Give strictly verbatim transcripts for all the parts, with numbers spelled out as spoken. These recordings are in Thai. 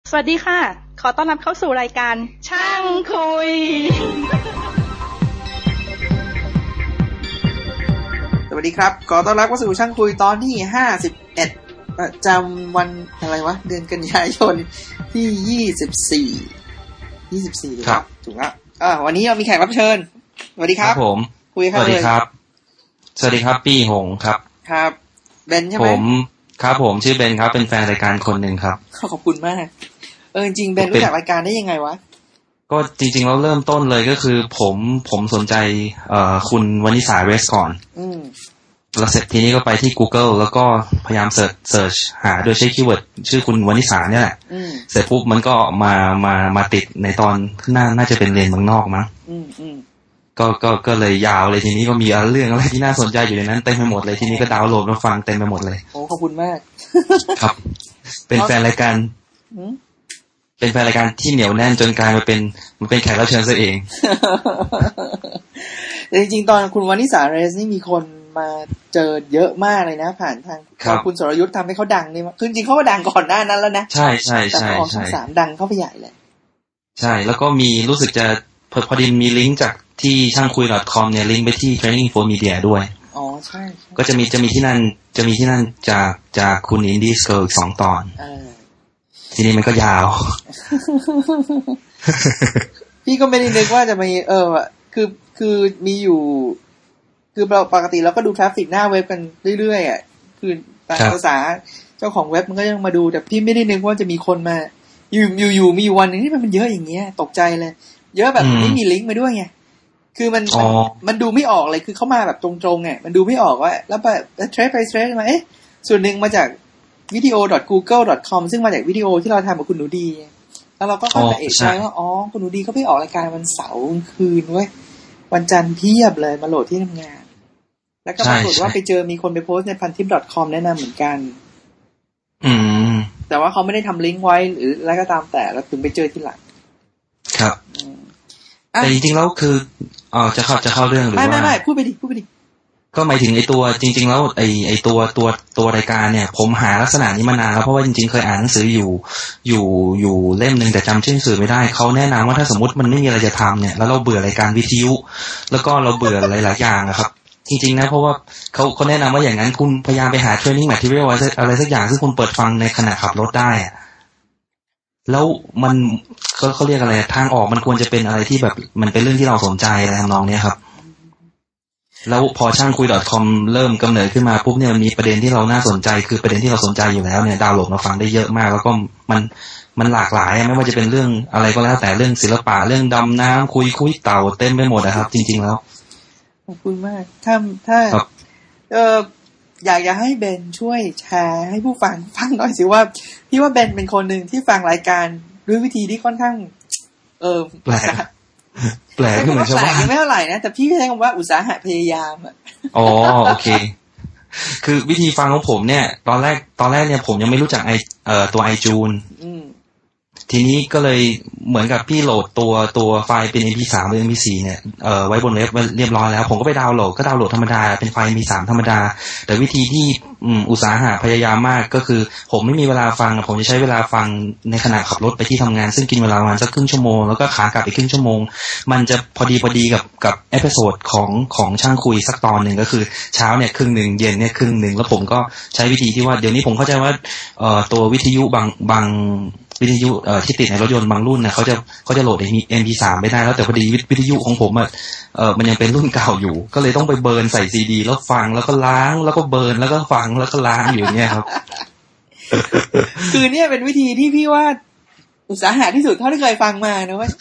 สวัสดีค่ะขอต้อนรับเข้าสู่รายการช่างคุยสวัสดีครับขอต้อนรับเข้าสู่ช่างคุยตอนที่ห้าสิบเอ็ดประจำวันอะไรวะเดือนกันยายนที่ยี่สิบสี่ ยี่สิบสี่ครับถูกแล้วอ่าวันนี้เรามีแขกรับเชิญสวัสดีครับผมคุยครับสวัสดีครับสวัสดีครับปี้หงครับครับเบนใช่มั้ยผมครับผมชื่อเบนครับเป็นแฟนรายการคนนึงครับขอบคุณมากเออจริงๆเบนรู้จักรายการได้ยังไงวะก็จริงๆแล้วเริ่มต้นเลยก็คือผมผมสนใจเอ่อคุณวนิษาเรสก่อนอืมแล้วเสร็จทีนี้ก็ไปที่ Google แล้วก็พยายามเสิร์ชเสิร์ชหาโดยใช้คีย์เวิร์ดชื่อคุณวนิษาเนี่ยแหละเสร็จปุ๊บมันก็มามามาติดในตอนน่าน่าจะเป็นเรียนเมืองนอกมั้งอืมอืมก็ก็ก็เลยยาวเลยทีนี้ก็มีเรื่องอะไรที่น่าสนใจอยู่ในนั้นเต็มไปหมดเลยทีนี้ก็ดาวน์โหลดมาฟังเต็มไปหมดเลยโอ้ขอบคุณมากครับเป็นแฟนรายการเป็นแฟนรายการที่เหนียวแน่นจนกลายมาเป็นมันเป็นแขกรับเชิญซะเองแต่จริงๆตอนคุณวนิษาเรสนี่มีคนมาเจอเยอะมากเลยนะผ่านทางคุณสรยุทธทำให้เขาดังนี่คือจริงๆเขาก็ดังก่อนหน้านั้นแล้วนะใช่ใช่ใช่แต่พอช่องสามดังเข้าไปใหญ่เลยใช่แล้วก็มีรู้สึกจะพอดีมีลิงก์จากที่ช่างคุย .com เนี่ยลิงก์ไปที่ Training for Media ด้วยอ๋อใช่ก็จะมีจะมีที่นั่นจะมีที่นั่นจากจากคุณอินดี้สเกิร์ลอีกสองตอนทีนี้มันก็ยาวพี่ก็ไม่ได้นึกว่าจะมีเออคือคือมีอยู่คือเราปกติเราก็ดูทราฟฟิกหน้าเว็บกันเรื่อยๆอ่ะคือตามภาษาเจ้าของเว็บมันก็ยังมาดูแต่พี่ไม่ได้นึกว่าจะมีคนมาอยู่อยู่อยู่มีอยู่วันนึงที่มันเยอะอย่างเงี้ยตกใจเลยเยอะแบบไม่มีลิงก์มาด้วยไงคือมันมันดูไม่ออกเลยคือเข้ามาแบบตรงๆไงมันดูไม่ออกว่าแล้วแบบเทรดไปเทรดมาเอ๊ะส่วนหนึ่งมาจากวิดีโอ .google .com ซึ่งมาจากวิดีโอที่เราทำกับคุณหนูดีแล้วเราก็เข้าใจเอกใจว่าอ๋อคุณหนูดีเขาไปออกรายการวันเสาร์คืนเว้ยวันจันทร์เพียบเลยมาโหลดที่ทำงานแล้วก็ปรากฏว่าไปเจอมีคนไปโพสต์ใน พันทิป .com แนะนำเหมือนกันอืมแต่ว่าเขาไม่ได้ทำลิงก์ไว้หรืออะไรก็ตามแต่แล้วถึงไปเจอทีหลังครับแต่จริงๆแล้วคืออ๋อจะเข้าจะเข้าเรื่องหรือว่าไม่ไม่พูดไปดิพูดไปดิก็หมายถึงไอ้ตัวจริงๆแล้วไอ้ไอ้ตัวตัวตัวรายการเนี่ยผมหาลักษณะนี้มานานแล้วเพราะว่าจริงๆเคยอ่านหนังสืออยู่อยู่อยู่เล่มนึงแต่จำชื่อหนังสือไม่ได้เขาแนะนำว่าถ้าสมมติมันไม่มีอะไรจะทำเนี่ยแล้วเราเบื่อรายการวิทยุแล้วก็เราเบื่อหลายๆอย่างอะครับจริงๆนะเพราะว่าเขาเขาแนะนำว่าอย่างนั้นคุณพยายามไปหา training material อะไรสักอย่างซึ่งคุณเปิดฟังในขณะขับรถได้แล้วมันเขาเขาเรียกอะไรทางออกมันควรจะเป็นอะไรที่แบบมันเป็นเรื่องที่เราสนใจอะไรทำนองนี้ครับแล้วพอช่างคุย .com เริ่มกำเนิดขึ้นมาปุ๊บเนี่ยมันมีประเด็นที่เราน่าสนใจคือประเด็นที่เราสนใจอยู่แล้วเนี่ยดาวน์โหลดมาฟังได้เยอะมากแล้วก็มันมันหลากหลายไม่ว่าจะเป็นเรื่องอะไรก็แล้วแต่เรื่องศิลปะเรื่องดำน้ำคุยคุยเต่าเต็มไปหมดนะครับจริงๆแล้วขอบคุณมากถ้าถ้าเอออยากจะให้เบนช่วยแชร์ให้ผู้ฟังฟังหน่อยสิว่าพี่ว่าเบนเป็นคนหนึ่งที่ฟังรายการด้วยวิธีที่ค่อนข้างเออแปลกแปลกเหมือนชาวบ้านไม่เท่าไหร่นะแต่พี่ใช้คำว่าอุตสาหะพยายามอ่ะอ๋อโอเคคือวิธีฟังของผมเนี่ยตอนแรกตอนแรกเนี่ยผมยังไม่รู้จักไอเอ่อตัว iTunes ทีนี้ก็เลยเหมือนกับพี่โหลดตัวตัวไฟล์เป็น เอ็ม พี สาม หรือ เอ็ม พี สี่ เนี่ยเอ่อไว้บนเว็บเรียบร้อยแล้วผมก็ไปดาวน์โหลดก็ดาวน์โหลดธรรมดาเป็นไฟล์ เอ็ม พี สาม ธรรมดาแต่วิธีที่อืมอุตสาหะพยายามมากก็คือผมไม่มีเวลาฟังผมจะใช้เวลาฟังในขณะขับรถไปที่ทำงานซึ่งกินเวลาประมาณสักครึ่งชั่วโมงแล้วก็ขากลับอีกครึ่งชั่วโมงมันจะพอดีพอดีกับกับเอพิโซดของของช่างคุยสักตอนนึงก็คือเช้าเนี่ยครึ่งนึงเย็นเนี่ยครึ่งนึงแล้วผมก็ใช้วิธีที่ว่าเดี๋ยวนี้ผมเข้าใจว่าเอ่อตัววิทยุบางบางวิทยุเอ่อที่ติดในรถยนต์บางรุ่นนะเขาจะเขาจะโหลด เอ็ม พี สาม ไม่ได้แล้วแต่พอดีวิทยุของผมอ่ะเอ่อมันยังเป็นรุ่นเก่าอยู่ก็เลยต้องไปเบิร์นใส่ซีดีแล้วฟังแล้วก็ล้างแล้วก็เบิร์นแล้วก็ฟังแล้วก็ล้างอยู่เนี่ยครับคือเนี่ยเป็นวิธีที่พี่ว่าอุตสาหะที่สุดเท่าที่เคยฟังมานะเว้ย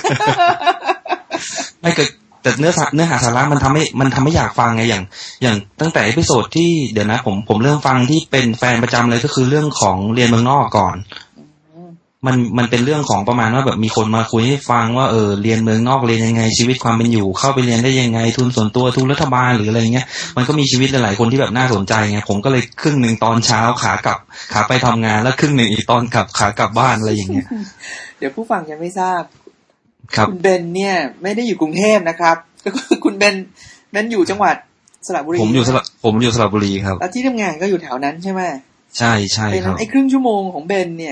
ไม่เกิดแต่เนื้อหาเนื้อหาสาระมันทำให้มันทำให้อยากฟังไงอย่างอย่างตั้งแต่เอพิโซดที่เดี๋ยวนะผมผมเริ่มฟังที่เป็นแฟนประจำเลยก็คือเรื่องของเรียนเมืองนอกก่อนมันมันเป็นเรื่องของประมาณว่าแบบมีคนมาคุยให้ฟังว่าเออเรียนเมืองนอกเรียนยังไงชีวิตความเป็นอยู่เข้าไปเรียนได้ยังไงทุนส่วนตัวทุนรัฐบาลหรืออะไรเงี้ยมันก็มีชีวิตหลายๆคนที่แบบน่าสนใจไงผมก็เลยครึ่งนึงตอนเช้าขากลับขาไปทำงานแล้วครึ่งนึงอีกตอนกลับขากลับบ้านอะไรอย่างเงี้ยเดี๋ยวผู้ฟังยังไม่ทราบครับคุณเบนเนี่ยไม่ได้อยู่กรุงเทพนะครับก็คือคุณเบนเบนอยู่จังหวัดสระบุรีผมอยู่สระผมอยู่สระบุรีครับแล้วที่ทำงานก็อยู่แถวนั้นใช่ไหมใช่ใช่ครับไอ้ครึ่งชั่วโมงของเบนเนี่ย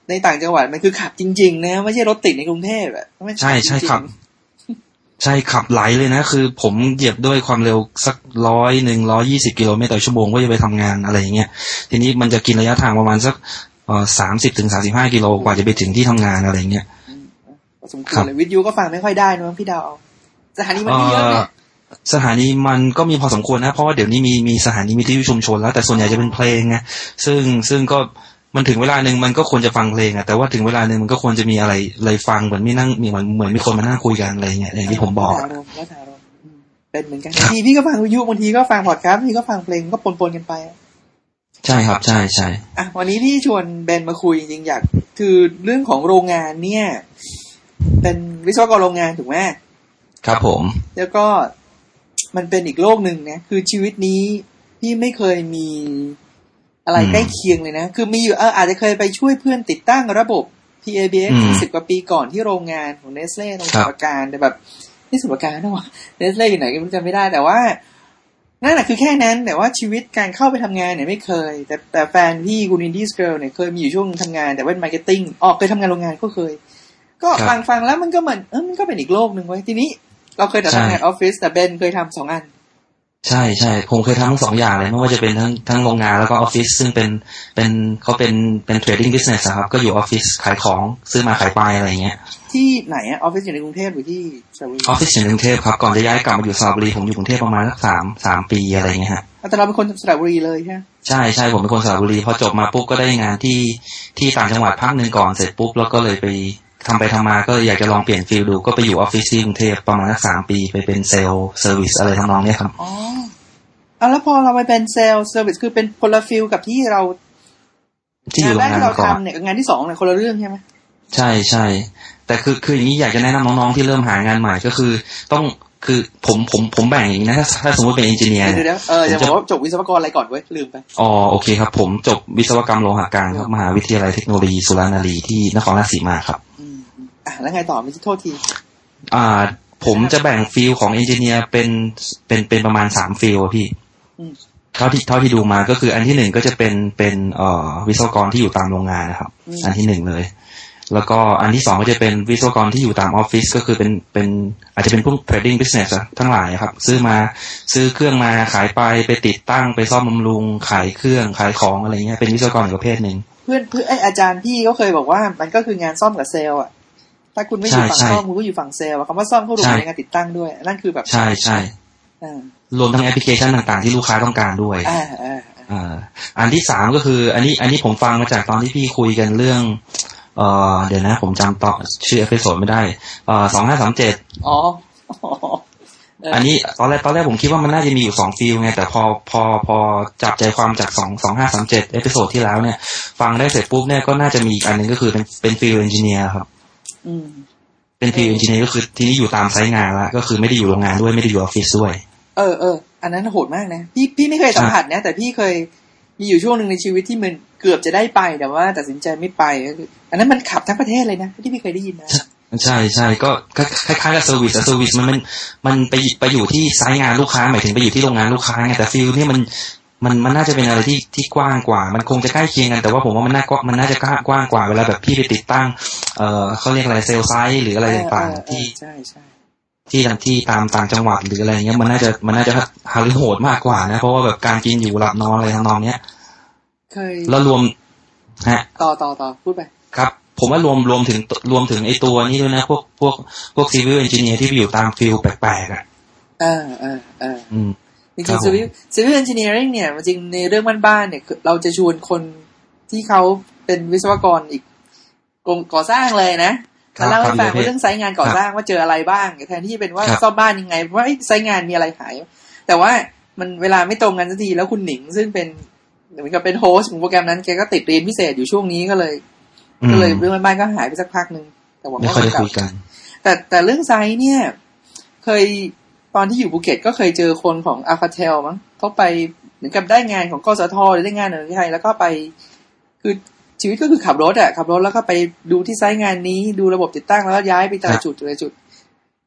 ในต่างจังหวัดมันคือขับจริงๆนะไม่ใช่รถติดในกรุงเทพอ่ะใช่ใช่ครับใช่ขับไหลเลยนะคือผมเหยียบด้วยความเร็วสักร้อยหนึ่งร้อยยี่สิบกิโลเมตรต่อชั่วโมงก็จะไปทำงานอะไรอย่างเงี้ยทีนี้มันจะกินระยะทางประมาณสักเอ่อสามสิบถึงสามสิบห้ากิโลกว่าจะไปถึงที่ทำงานอะไรอย่างเงี้ยสมควรเลยวิทยุก็ฟังไม่ค่อยได้นะพี่ดาวสถานีมันเยอะเนี่ยสถานีมันก็มีพอสมควรนะเพราะว่าเดี๋ยวนี้มีมีสถานีวิทยุชุมชนแล้วแต่ส่วนใหญ่จะเป็นเพลงไงซึ่งซึ่งก็มันถึงเวลานึงมันก็ควรจะฟังเพลงอ่ะแต่ว่าถึงเวลานึงมันก็ควรจะมีอะไรอะไรฟังเหมือนไม่นั่งมีเหมือนเหมือนมีคนมานั่งคุยกันอะไรเงี้ยอย่างที่ผมบอกเป็นเหมือนกันบางทีพี่ก็ฟังวิทยุบางทีก็ฟังพอดคาสต์บางทีก็ฟังเพลงก็ปนๆกันไปใช่ครับใช่ใช่อ่ะวันนี้พี่ชวนเบนมาคุยจริงๆอยากคือเรื่องของโรงงานเนี่ยเป็นวิศวกรโรงงานถูกไหมครับผมแล้วก็มันเป็นอีกโลกหนึ่งนะคือชีวิตนี้พี่ไม่เคยมีอะไรใกล้เคียงเลยนะคือมีอยู่เอออาจจะเคยไปช่วยเพื่อนติดตั้งระบบ พี เอ บี เอ็กซ์ สิบกว่าปีก่อนที่โรงงานของ Nestle ตรงสมุทรปราการแต่แบบที่สมุทรปราการนะวะ Nestle อยู่ไหนก็จำไม่ได้แต่ว่านั่นแหละคือแค่นั้นแต่ว่าชีวิตการเข้าไปทำงานเนี่ยไม่เคยแต่แต่แฟนพี่กูนินดี้สเกิร์ลเนี่ยเคยมีอยู่ช่วงทำงานแต่ว่าเป็นมาร์เก็ตติ้งออกเคยทำงานโรงงานก็เคยก็ฟังฟังแล้วมันก็เหมือนเออมันก็เป็นอีกโลกนึงไว้ทีนี้เราเคยทำงานออฟฟิศแต่เบนเคยทำสองอันใช่ใช่ผมเคยทำทั้งสองอย่างเลยไม่ว่าจะเป็นทั้งทั้งโรงงานแล้วก็ออฟฟิศซึ่งเป็นเป็นเขาเป็นเป็นเทรดดิ้งบิสเนสครับก็อยู่ออฟฟิศขายของซื้อมาขายไปอะไรเงี้ยที่ไหนอะออฟฟิศอยู่ในกรุงเทพหรือที่สระบุรีออฟฟิศอยู่ในกรุงเทพครับก่อนจะย้ายกลับมาอยู่สระบุรีผมอยู่กรุงเทพประมาณสักสามสามปีอะไรเงี้ยฮะแต่เราเป็นคนสระบุรีเลยใช่ใช่ใช่ผมเป็นคนสระบุรีพอจบมาปุ๊บก็ได้งานที่ที่ต่างจังหวัดพักนึงก่อนเสร็จปุ๊บแล้วก็เลยไปทำไปทำมาก็อยากจะลองเปลี่ยนฟิลดูก็ไปอยู่ออฟฟิศที่กรุงเทพประมาณสักสามปีไปเป็นเซลล์เซอร์วิสอะไรทำนองนี้ครับอ๋อเอาแล้วพอเราไปเป็นเซลล์เซอร์วิสคือเป็นคนละฟิลกับที่เราที่อยู่โรงงานเราทำเนี่ยงานที่สองเนี่ยคนละเรื่องใช่ไหมใช่ใช่แต่คือคืออย่างนี้อยากจะแนะนำน้องๆที่เริ่มหางานใหม่ก็คือต้องคือผมผมผมแบ่งอย่างนี้นะถ้าถ้าสมมติเป็นเอนจิเนียร์เดี๋ยวเออจะบอกว่าจบวิศวกรอะไรก่อนเว้ยลืมไปอ๋อโอเคครับผมจบวิศวกรรมโลหะการครับมหาวิทยาลัยเทคโนโลยีสุรานารีที่นครราชสีมาครับอืมอ่ะแล้วไงต่อไม่ใช่โทษทีอ่าผมจะแบ่งฟิลของเอนจิเนียร์เป็นเป็นเป็นประมาณสามฟิลพี่เท่าที่เท่าที่ดูมาก็คืออันที่หนึ่งก็จะเป็นเป็นเอ่อวิศวกรที่อยู่ตามโรงงานนะครับอันที่หนึ่งเลยแล้วก็อันที่สองก็จะเป็นวิศวกรที่อยู่ตามออฟฟิศก็คือเป็นเป็นอาจจะเป็นพวก trading business ทั้งหลายครับซื้อมาซื้อเครื่องมาขายไปไปติดตั้งไปซ่อมบำรุงขายเครื่องขายของอะไรเงี้ยเป็นวิศวกรอีกประเภทนึงเพื่อนเพื่อนไออาจารย์พี่ก็เคยบอกว่ามันก็คืองานซ่อมกับเซลล์อ่ะถ้าคุณไม่อยู่ฝั่งซ่อมคุณก็อยู่ฝั่งเซลล์คำว่าซ่อมเขารวมในงานติดตั้งด้วยนั่นคือแบบใช่ใช่รวมทั้งแอปพลิเคชันต่างๆที่ลูกค้าต้องการด้วยอ่าอ่าอ่าอันที่สามก็คืออันนี้อันนี้ผมฟังมาจากตอนที่พี่คุยกันเรื่องเอ่อเดี๋ยวนะผมจำต่อชื่อเอพิโซดไม่ได้เอ่อสองห้าสามเจ็ดอ๋ออันนี้ตอนแรกตอนแรกผมคิดว่ามันน่าจะมีอยู่สองฟิลไงแต่พอพอพอจับใจความจากสอง สองห้าสามเจ็ดเอพิโซดที่แล้วเนี่ยฟังได้เสร็จปุ๊บเนี่ยก็น่าจะมีอีกอันนึงก็คือเป็นเป็นฟิลเอนจิเนียร์ครับอืมเป็นฟิลเอนจิเนียร์ก็คือที่นี่อยู่ตามไซต์งานละก็คือไม่ได้อยู่โรงงานด้วยไม่ได้อยู่ออฟฟิศด้วยเออเอออันนั้นโหดมากนะพี่พี่ไม่เคยสัมผัสนะแต่พี่เคยมีอยู่ช่วงนึงในชีวิตที่มันเกือบจะได้ไปแต่ว่าตัดสินใจไม่ไปก็คืออันนั้นมันขับทั้งประเทศเลยนะที่พี่เคยได้ยินนะใช่ใช่ก็คล้ายๆกับเซอร์วิสแต่เซอร์วิสมันมันมันไปไปอยู่ที่ไซต์งานลูกค้าหมายถึงไปอยู่ที่โรงงานลูกค้าไงแต่ฟิลนี่มันมันมันน่าจะเป็นอะไรที่ที่กว้างกว่ามันคงจะใกล้เคียงกันแต่ว่าผมว่ามันน่ามันน่าจะกว้างกว่าเวลาแบบพี่ไปติดตั้งเอ่อเขาเรียกอะไรเซลล์ไซต์หรืออะไรต่างๆที่ใช่ใช่ที่ที่ตามต่างจังหวัดหรืออะไรเงี้ยมันน่าจะมันน่าจะฮาริโหดมากกว่านะเพราะว่าแบบการกินอยู่หลับนอนอะไรทั้งนองเนี้ยเคยแล้วรวมฮะต่อต่อต่อพูดไปครับผมว่ารวมรวมถึงรวมถึงไอ้ตัวนี้ด้วยนะพวกพวกพวกซีวิลเอนจิเนียร์ที่ไปอยู่ตามฟิลแปลกๆอ่ะเออเออเอออืมจริงๆซีวิลซีวิลเอนจิเนียริ่งเนี่ยจริงในเรื่องบ้านๆเนี่ยเราจะชวนคนที่เขาเป็นวิศวกรอีกกรมก่อสร้างเลยนะมาเล่าให้ฟังว่าเรื่องไซต์งานก่อสร้างว่าเจออะไรบ้างแทนที่เป็นว่าซ่อมบ้านยังไงว่าไซต์งานมีอะไรขายแต่ว่ามันเวลาไม่ตรงกันสักทีแล้วคุณหนิงซึ่งเป็นเหมือนกับเป็นโฮสต์ของโปรแกรมนั้นแกก็ติดเรียนพิเศษอยู่ช่วงนี้ก็เลยก็เลยเรื่องบ้านก็หายไปสักพักนึงแต่ว่าไม่ค่อยได้คุยกันแต่แต่เรื่องไซต์เนี่ยเคยตอนที่อยู่ภูเก็ตก็เคยเจอคนของ Alcatel มั้งเขาไปเหมือนกับได้งานของกสทหรือได้งานอะไรที่ไทยแล้วก็ไปคือชีวิตก็คือขับรถอ่ะขับรถแล้วก็ไปดูที่ไซต์งานนี้ดูระบบติดตั้งแล้วย้ายไปแต่ละจุดแต่ละจุด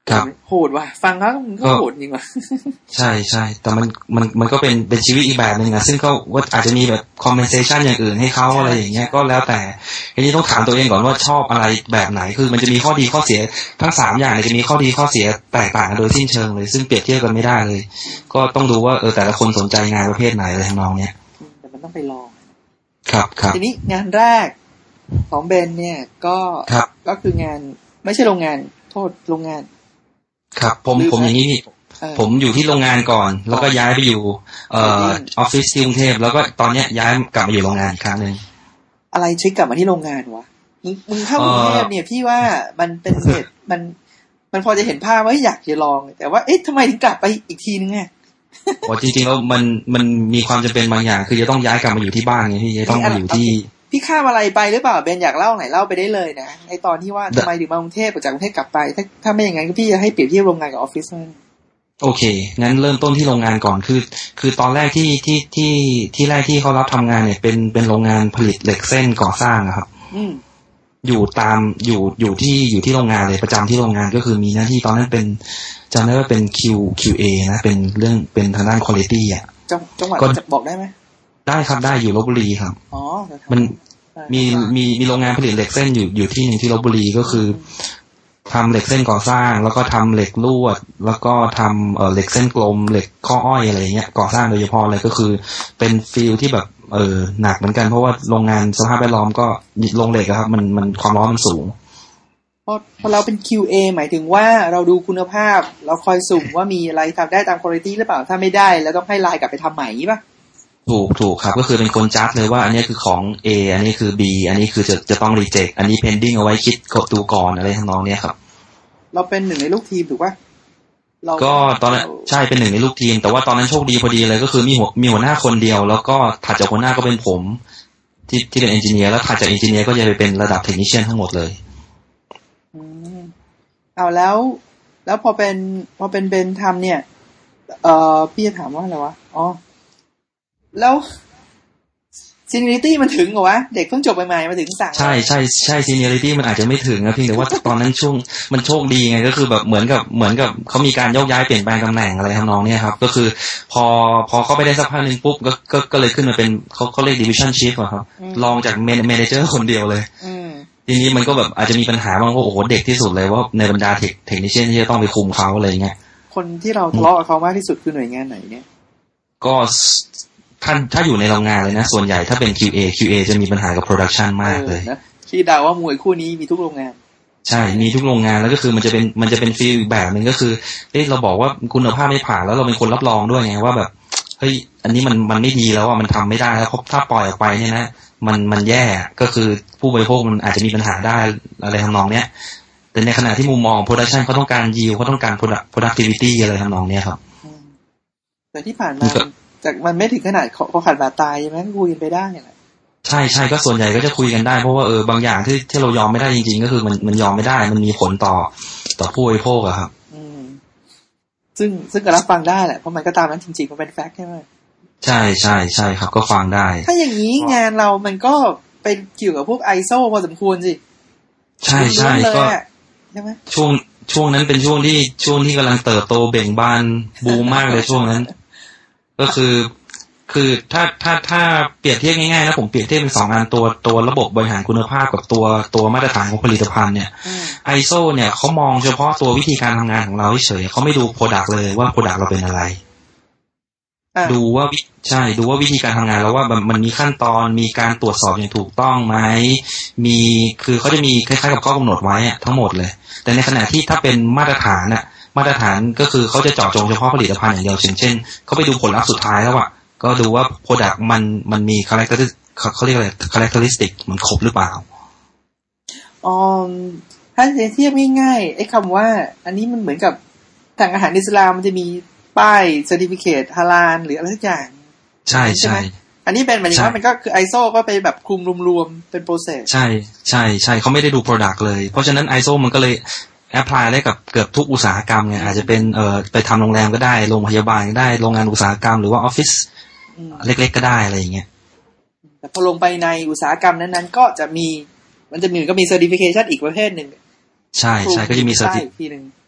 ครับโหดว่ะฟังแล้วมันก็โหดจริงว่ะใช่ใช่แต่มันมันมันก็เป็นเป็นชีวิตอีกแบบนึงนะซึ่งก็ว่าอาจจะมีแบบ compensation อย่างอื่นให้เขาอะไรอย่างเงี้ยก็แล้วแต่ทีนี้ต้องถามตัวเองก่อนว่าชอบอะไรแบบไหนคือมันจะมีข้อดีข้อเสียทั้งสามอย่างเนี่ยจะมีข้อดีข้อเสียแตกต่างกันโดยสิ้นเชิงเลยซึ่งเปรียบเทียบกันไม่ได้เลยก็ต้องดูว่าเออแต่ละคนสนใจงานประเภทไหนอะไรทำนองเนี้ยแต่มันต้องไปลองครับครับทีนี้งานแรกของเบนเนี่ยก็ก็คืองานไม่ใช่โรงงานโทษโรงงานครับผมผมอย่างนี้ผมอยู่ที่โรงงานก่อนแล้วก็ย้ายไปอยู่เอ่อออฟฟิศที่กรุงเทพแล้วก็ตอนเนี้ยย้ายกลับมาอยู่โรงงานอีกครั้งนึงอะไรทริกกลับมาที่โรงงานวะมึงมึงเข้ากรุงเทพเนี่ยพี่ว่ามันเป็นเหตุมันมันพอจะเห็นภาพว่าอยากจะลองแต่ว่าเอ๊ะทำไมถึงกลับไปอีกทีนึงเนี่ยอ๋อจริงๆแล้วมันมันมีความจำเป็นบางอย่างคือจะต้องย้ายกลับมาอยู่ที่บ้านไงพี่จะต้องมาอยู่ที่พี่ข้ามอะไรไปหรือเปล่าเบนอยากเล่าไหนเล่าไปได้เลยนะไอตอนที่ว่าทำไมถึงมากรุงเทพจากกรุงเทพกลับไปถ้าถ้าไม่อย่างนั้นก็พี่จะให้เปรียบเทียบโรงงานกับออฟฟิศนั่นโอเคงั้นเริ่มต้นที่โรงงานก่อนคือคือตอนแรกที่ที่ที่ที่แรกที่เขารับทำงานเนี่ยเป็นเป็นโรงงานผลิตเหล็กเส้นก่อสร้างครับอืมอยู่ตามอยู่อยู่ที่อยู่ที่โรงงานเลยประจำที่โรงงานก็คือมีหน้าที่ตอนนั้นเป็นจำได้ว่าเป็น Q คิว เอ นะเป็นเรื่องเป็นทางด้าน quality อ่ะจังจังหวัดจะบอกได้ไหมได้ครับได้อยู่ลพบุรีครับอ๋อมันมีมีมีโรงงานผลิตเหล็กเส้นอยู่อยู่ที่หนึ่งที่ลพบุรีก็คือทำเหล็กเส้นก่อสร้างแล้วก็ทำเหล็กลวดแล้วก็ทำเอ่อเหล็กเส้นกลมเหล็กข้ออ้อยอะไรอย่างเงี้ยก่อสร้างโดยเฉพาะเลยก็คือเป็นฟีลที่แบบเออหนักเหมือนกันเพราะว่าโรงงานสภาพแวดล้อมก็โรงเหล็กครับมันมันความร้อนมันสูงพอพอเราเป็น คิว เอ หมายถึงว่าเราดูคุณภาพเราคอยสุ่มว่ามีอะไรทำได้ตามคุณภาพหรือเปล่าถ้าไม่ได้แล้วต้องให้ไลน์กลับไปทำใหม่ป่ะถูกถูกครับก็คือเป็นคนจัดเลยว่าอันนี้คือของ A อันนี้คือ B อันนี้คือจะจะต้อง reject อันนี้ pending เอาไว้คิดกดดูก่อนอะไรทั้งน้องเนี้ยครับเราเป็นหนึ่งในลูกทีมถูกป่ะก็ตอนนั้นใช่เป็นหนึ่งในลูกทีมแต่ว่าตอนนั้นโชคดีพอดีเลยก็คือมีหัวมีหัวหน้าคนเดียวแล้วก็ถัดจากหัวหน้าก็เป็นผมที่ที่เป็นเอนจิเนียร์แล้วถัดจากเอนจิเนียร์ก็จะไปเป็นระดับเทคนิเชียนทั้งหมดเลยอืมเอาแล้วแล้วพอเป็นพอเป็นเบนทำเนี่ยเอ่อพี่จะถามว่าอะไรวะอ๋อแล้วซีเนียริตี้มันถึงเหรอวะเด็กเพิ่งจบใหม่ๆมาถึงสั่งใช่ใช่ใช่ซีเนียริตี้มันอาจจะไม่ถึงนะเพียงแต่ว่าตอนนั้นช่วงมันโชคดีไงก็คือแบบเหมือนกับเหมือนกับเขามีการโยกย้ายเปลี่ยนแปลงตำแหน่งอะไรทำนองนี้ครับก็คือพอพอเขาไปได้สักพักนึงปุ๊บก็ก็ก็เลยขึ้นมาเป็นเขาเขาเรียก division chief อ่ะครับรองจากเมเนเจอร์คนเดียวเลยทีนี้มันก็แบบอาจจะมีปัญหาบางว่าโอ้โหเด็กที่สุดเลยว่าในบรรดาเทคเทคนิเชียนที่จะต้องไปคุมเขาอะไรเงี้ยคนที่เราทะเลาะกับเขามากที่สุดคือหน่วยงานไหนเนี่ยก็ถ้าถ้าอยู่ในโรงงานเลยนะส่วนใหญ่ถ้าเป็น คิว เอ คิว เอ จะมีปัญหากับ production มากเลยนะที่ด่าว่ามวยคู่นี้มีทุกโรงงานใช่มีทุกโรงงานแล้วก็คือมันจะเป็นมันจะเป็นฟีลแบบนึงก็คือเอ๊ะเราบอกว่าคุณภาพไม่ผ่านแล้วเราเป็นคนรับรองด้วยไงว่าแบบเฮ้ยอันนี้มันมันไม่ดีแล้วอ่ะมันทำไม่ได้แล้วถ้าปล่อยออกไปเนี่ยนะมันมันแย่ก็คือผู้บริโภคมันอาจจะมีปัญหาได้อะไรทำนองเนี้ยแต่ในขณะที่มุมมอง production เขาต้องการ yield เขาต้องการ productivity อะไรทำนองเนี้ยครับแต่ที่ผ่านมาจากมันไม่ถึงขนาดเขาขาดบาดตายใช่ไหมคุยกันไปได้แหละใช่ใช่ก็ส่วนใหญ่ก็จะคุยกันได้เพราะว่าเออบางอย่างที่ที่เรายอมไม่ได้จริงๆก็คือมันมันยอมไม่ได้มันมีผลต่อต่อผู้บริโภคอะครับอืมซึ่งซึ่งก็รับฟังได้แหละเพราะมันก็ตามนั้นจริงๆมันเป็นแฟกต์ใช่ไหมใช่ใช่ใช่ครับก็ฟังได้ถ้าอย่างนี้งานเรามันก็เป็นเกี่ยวกับพวก ไอ เอส โอ พอสมควรสิใช่ใช่ก็ใช่ไหมช่วงช่วงนั้นเป็นช่วงที่ช่วงที่กำลังเติบโตเบ่งบานบูมมากเลยช่วงนั้นก็คือคือถ้าถ้าถ้าเปรียบเทียบง่ายๆนะผมเปรียบเทียบเป็นสองอันตัวตัวระบบบริหารคุณภาพกับตัวตัวมาตรฐานของผลิตภัณฑ์เนี่ย ไอ เอส โอ เนี่ยเขามองเฉพาะตัววิธีการทำงานของเราเฉยเขาไม่ดู product เลยว่า product เราเป็นอะไรดูว่าใช่ดูว่าวิธีการทำงานแล้วว่ามันมีขั้นตอนมีการตรวจสอบอย่างถูกต้องไหมมีคือเขาจะมีคล้ายๆกับข้อกำหนดไว้ทั้งหมดเลยแต่ในขณะที่ถ้าเป็นมาตรฐานน่ะมาตรฐานก็คือเขาจะเจาะจงเฉพาะผลิตภัณฑ์อย่างเดียวเช่นเขาไปดูผลลัพธ์สุดท้ายแล้วอ่ะก็ดูว่า product มันมันมี characteristic เขาเรียกอะไร characteristic มันครบหรือเปล่าอ๋อถ้าจะเทียบง่ายๆไอ้คำว่าอันนี้มันเหมือนกับทางอาหารอิสลามมันจะมีป้าย certificate ฮาลาลหรืออะไรสักอย่างใช่ใช่อันนี้เป็นหมายถึงว่ามันก็คือ ไอ เอส โอ ก็ไปแบบคลุมรวมๆเป็น process ใช่ใช่ใช่เขาไม่ได้ดู product เลยเพราะฉะนั้น ไอ เอส โอ มันก็เลยแอพพลายได้กับเกือบทุกอุตสาหกรรมไงอาจจะเป็นเอ่อไปทำโรงแรมก็ได้โรงพยาบาลก็ได้โรงงานอุตสาหกรรมหรือว่าออฟฟิศเล็กๆก็ได้อะไรอย่างเงี้ยแต่พอลงไปในอุตสาหกรรมนั้นๆก็จะมีมันจะมีก็มี certification อีกประเภทหนึ่งใช่ใช่ก็จะมี certification อีกทีนึง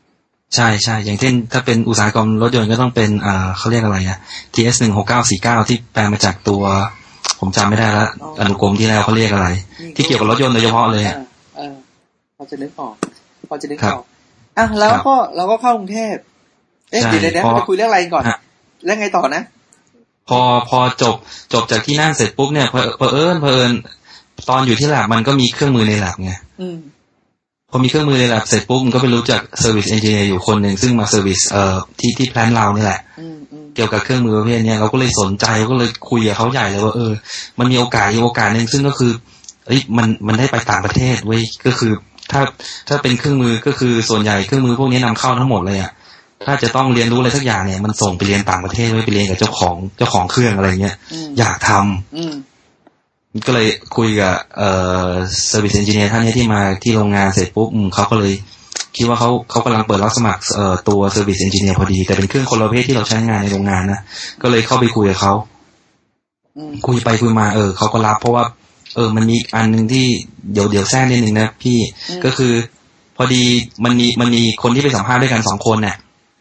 ใช่ใช่อย่างเช่นถ้าเป็นอุตสาหกรรมรถยนต์ก็ต้องเป็นอ่าเขาเรียกอะไรนะ ที เอส หนึ่ง หก เก้า สี่ เก้า ที่แปลมาจากตัวผมจำไม่ได้แล้วอนุกรมที่แล้วเขาเรียกอะไรที่เกี่ยวกับรถยนต์โดยเฉพาะเลยอ่ะเออพอจะนึกออกพอจะนึกออกอ่ะแล้วก็เราก็เข้ากรุงเทพเอ๊ะเดี๋ยวเดี๋ยวไปคุยเรื่องอะไรก่อนแล้วไงต่อนะพอพอจบจบจากที่นั่นเสร็จปุ๊บเนี่ยเพอเพอเอิญเพอเอิญตอนอยู่ที่แลบมันก็มีเครื่องมือในแลบไงพอมีเครื่องมือในแลบเสร็จปุ๊บมันก็ไปรู้จักเซอร์วิสเอนจิเนียร์อยู่คนหนึ่งซึ่งมาเซอร์วิสเอ่อที่ที่แพลนเรานี่แหละเกี่ยวกับเครื่องมือประเภทนี้เราก็เลยสนใจก็เลยคุยกับเขาใหญ่เลยว่าเออมันมีโอกาสมีโอกาสนึงซึ่งก็คือเอ้ยมันมันได้ไปต่างประเทศเว้ยก็คือถ้าถ้าเป็นเครื่องมือก็คือส่วนใหญ่เครื่องมือพวกนี้นำเข้าทั้งหมดเลยอ่ะถ้าจะต้องเรียนรู้อะไรสักอย่างเนี่ยมันส่งไปเรียนต่างประเทศไว้ไปเรียนกับเจ้าของเจ้าของเครื่องอะไรเงี้ยอยากทำก็เลยคุยกับเอ่อ service engineer ท่านนี้ที่มาที่โรงงานเสร็จปุ๊บเขาก็เลยคิดว่าเขาเขากำลังเปิดรับสมัครเอ่อตัว service engineer พอดีแต่เป็นเครื่องคนละประเภทที่เราใช้งานในโรงงานนะก็เลยเข้าไปคุยกับเขาคุยไปคุยมาเออเขาก็รับเพราะว่าเออมันมีอันนึงที่เดี๋ยวเดี๋ยวแทรกนิดนึงนะพี่ก็คือพอดีมันมีมันมีคนที่ไปสัมภาษณ์ด้วยกันสองคนเนี่ย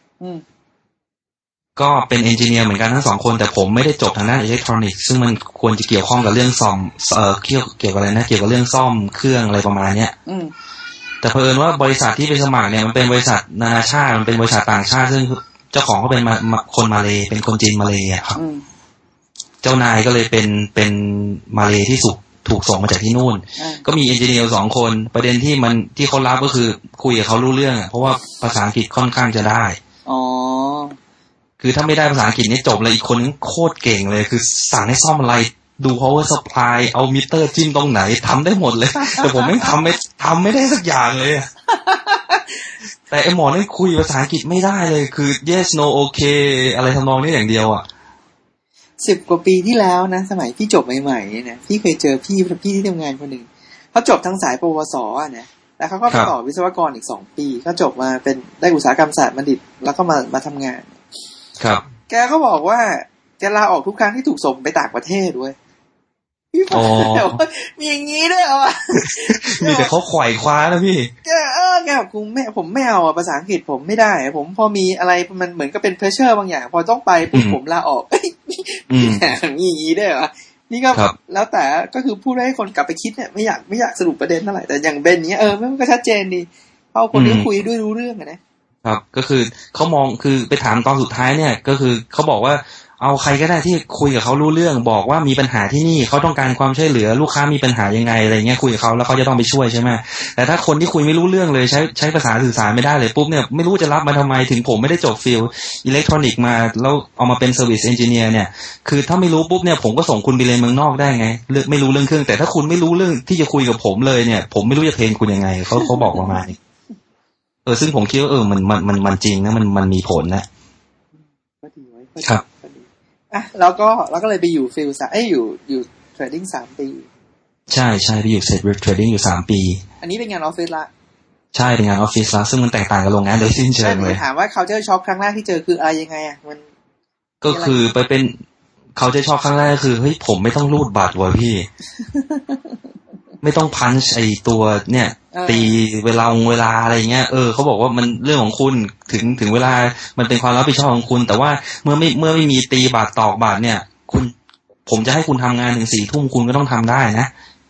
ก็เป็นเอนจิเนียร์เหมือนกันทั้งสองคนแต่ผมไม่ได้จบทางด้านอิเล็กทรอนิกส์ซึ่งมันควรจะเกี่ยวข้องกับเรื่องซ่อมเอ่อเกี่ยวเกี่ยวกับอะไรนะเกี่ยวกับเรื่องซ่อมเครื่องอะไรประมาณเนี้ยแต่เผอิญว่าบริษัทที่ไปสมัครเนี่ยมันเป็นบริษัทนานาชาติมันเป็นบริษัทต่างชาติซึ่งเจ้าของเขาเป็นมาคนมาเลเป็นคนจีนมาเลอ่ะครับเจ้านายก็เลยเป็นเป็นมาเลที่สุกถูกส่งมาจากที่นู่นก็มีเอนจิเนียร์สองคนประเด็นที่มันที่เขารับก็คือคุยกับเขารู้เรื่องเพราะว่าภาษาอังกฤษค่อนข้างจะได้อ๋อคือถ้าไม่ได้ภาษาอังกฤษนี่จบเลยอีกคนนึงโคตรเก่งเลยคือสั่งให้ซ่อมอะไรดู power supply เอามิเตอร์จิ้มตรงไหนทำได้หมดเลยแต่ผมไม่ทำไม่ทำไม่ได้สักอย่างเลยแต่ไอหมอนี่คุยภาษาอังกฤษไม่ได้เลยคือ yes no okay อะไรทำนองนี้อย่างเดียวอ่ะสิบกว่าปีที่แล้วนะสมัยพี่จบใหม่ๆเนี่ยนะพี่เคยเจอพี่พี่ที่ทำงานคนหนึ่งเขาจบทางสายปวสอ่ะนะแล้วเขาก็ไปต่อวิศวกรอีกสองปีก็จบมาเป็นได้อุตสาหกรรมศาสตร์บัณฑิตแล้วก็มามาทำงานครับแกก็บอกว่าแกลาออกทุกครั้งที่ถูกส่งไปต่างประเทศด้วยพี่บอกว่ามีอย่างงี้ด้วยเหรอมีแต่เขาไขว่คว้านะพี่แกเออแกบอกกูไม่ผมไม่เอาอ่ะภาษาอังกฤษผมไม่ได้ผมพอมีอะไรมันเหมือนกับเป็นเพรสเชอร์บางอย่างพอต้องไปปุ๊บผมลาออกมีอย่างงี้ด้วยเหรอนี่ก็แล้วแต่ก็คือพูดให้คนกลับไปคิดเนี่ยไม่อยากไม่อยากสรุปประเด็นเท่าไหร่แต่อย่างเบนเนี้ยเออมันก็ชัดเจนดีเพราะคนที่คุยด้วยรู้เรื่องนะครับก็คือเขามองคือไปถามตอนสุดท้ายเนี่ยก็คือเขาบอกว่าเอาใครก็ได้ที่คุยกับเขารู้เรื่องบอกว่ามีปัญหาที่นี่เขาต้องการความช่วยเหลือลูกค้ามีปัญหายังไงอะไรเงี้ยคุยกับเขาแล้วเขาจะต้องไปช่วยใช่ไหมแต่ถ้าคนที่คุยไม่รู้เรื่องเลยใช้ใช้ภาษาสื่อสารไม่ได้เลยปุ๊บเนี่ยไม่รู้จะรับมาทำไมถึงผมไม่ได้จบฟิลอิเล็กทรอนิกส์มาแล้วเอามาเป็นเซอร์วิสเอนจิเนียร์เนี่ยคือถ้าไม่รู้ปุ๊บเนี่ยผมก็ส่งคุณไปเรียนเมืองนอกได้ไงเลือกไม่รู้เรื่องเครื่องแต่ถ้าคุณไม่รู้เรื่องที่จะคุยกับผมเลยเนี่ยผมไม่รู้จะเทรนคุณยังไงเขาเขาบอกประมาณนี้เออซึ่งผมคิดว่าเออมันมันมันมันจริงนะมันมันมีผลนะก็ดีไว้ครับอ่ะแล้วก็แล้วก็เลยไปอยู่ฟิลซ์เอ้ยอยู่อยู่เทรดดิ้งสามปีใช่ใช่ไปอยู่เซตเทรดดิ้งอยู่สามปีอันนี้เป็นงานออฟฟิศละใช่เป็นงานออฟฟิศละซึ่งมันแตกต่างกับโรงงานโดยสิ้นเชิงเลยถามว่า culture shock ครั้งแรกที่เจอคืออะไรยังไงอ่ะมันก็คือไปเป็น culture shock ครั้งแรกคือเฮ้ยผมไม่ต้องรูดบัตรว่ะพี่ ไม่ต้องพันช์ไอตัวเนี่ยตีเวลาเวลาอะไรเงี้ยเออเขาบอกว่ามันเรื่องของคุณถึงถึงเวลามันเป็นความรับผิดชอบของคุณแต่ว่าเมื่อไม่เมื่อไม่มีตีบาทตอกบาทเนี่ยคุณผมจะให้คุณทำงานถึงสี่ทุ่มคุณก็ต้องทำได้นะ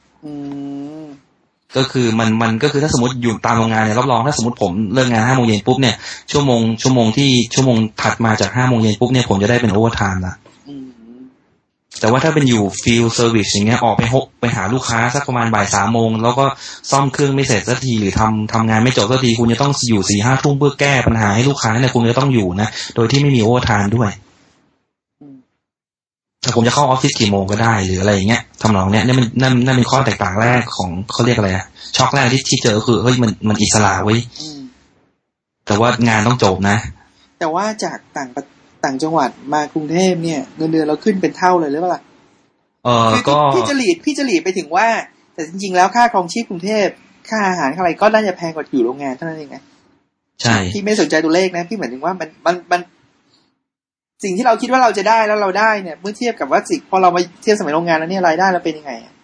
ก็คือมันมันก็คือถ้าสมมติอยู่ตามโรงงานเนี่ยรับรองถ้าสมมติผมเลิกงานห้าโมงเย็นปุ๊บเนี่ยชั่วโมงชั่วโมงที่ชั่วโมงถัดมาจากห้าโมงเย็นปุ๊บเนี่ยผมจะได้เป็นโอเวอร์ไทม์ละแต่ว่าถ้าเป็นอยู่ฟิลเซอร์วิสอย่างเงี้ยออกไปฮกไปหาลูกค้าสักประมาณบ่ายสามโมงแล้วก็ซ่อมเครื่องไม่เสร็จสักทีหรือทำทำงานไม่จบสักทีคุณจะต้องอยู่สี่ห้าทุ่มเพื่อแก้ปัญหาให้ลูกค้าเนี่ยคุณจะต้องอยู่นะโดยที่ไม่มีโอเวอร์ไทม์ด้วยแต่ผมจะเข้าออฟฟิศกี่โมงก็ได้หรืออะไรอย่างเงี้ยทำนองเนี้ยนี่มันนั่นนั่นเป็นข้อแตกต่างแรกของเขาเรียกอะไรอะช็อกแรกที่ที่เจอคือเฮ้ยมันมันอิสระไว้แต่ว่างานต้องจบนะแต่ว่าจากต่างต่างจังหวัดมากรุงเทพเนี่ยเงินเดือนเราขึ้นเป็นเท่าเลยหรือเปล่าเออก็พี่จะหลีดพี่จะหลีดไปถึงว่าแต่จริงๆแล้วค่าครองชีพกรุงเทพค่าอาหารอะไรก็น่าจะแพงกว่าอยู่โรงงานเท่านั้นเองนะใช่พี่ไม่สนใจตัวเลขนะพี่หมายถึงว่ามันมันมันสิ่งที่เราคิดว่าเราจะได้แล้วเราได้เนี่ยเมื่อเทียบกับว่าสิ่งพอเรามาเทียบสมัยโรงงานแล้วเนี่ยรายได้เราเป็นยังไง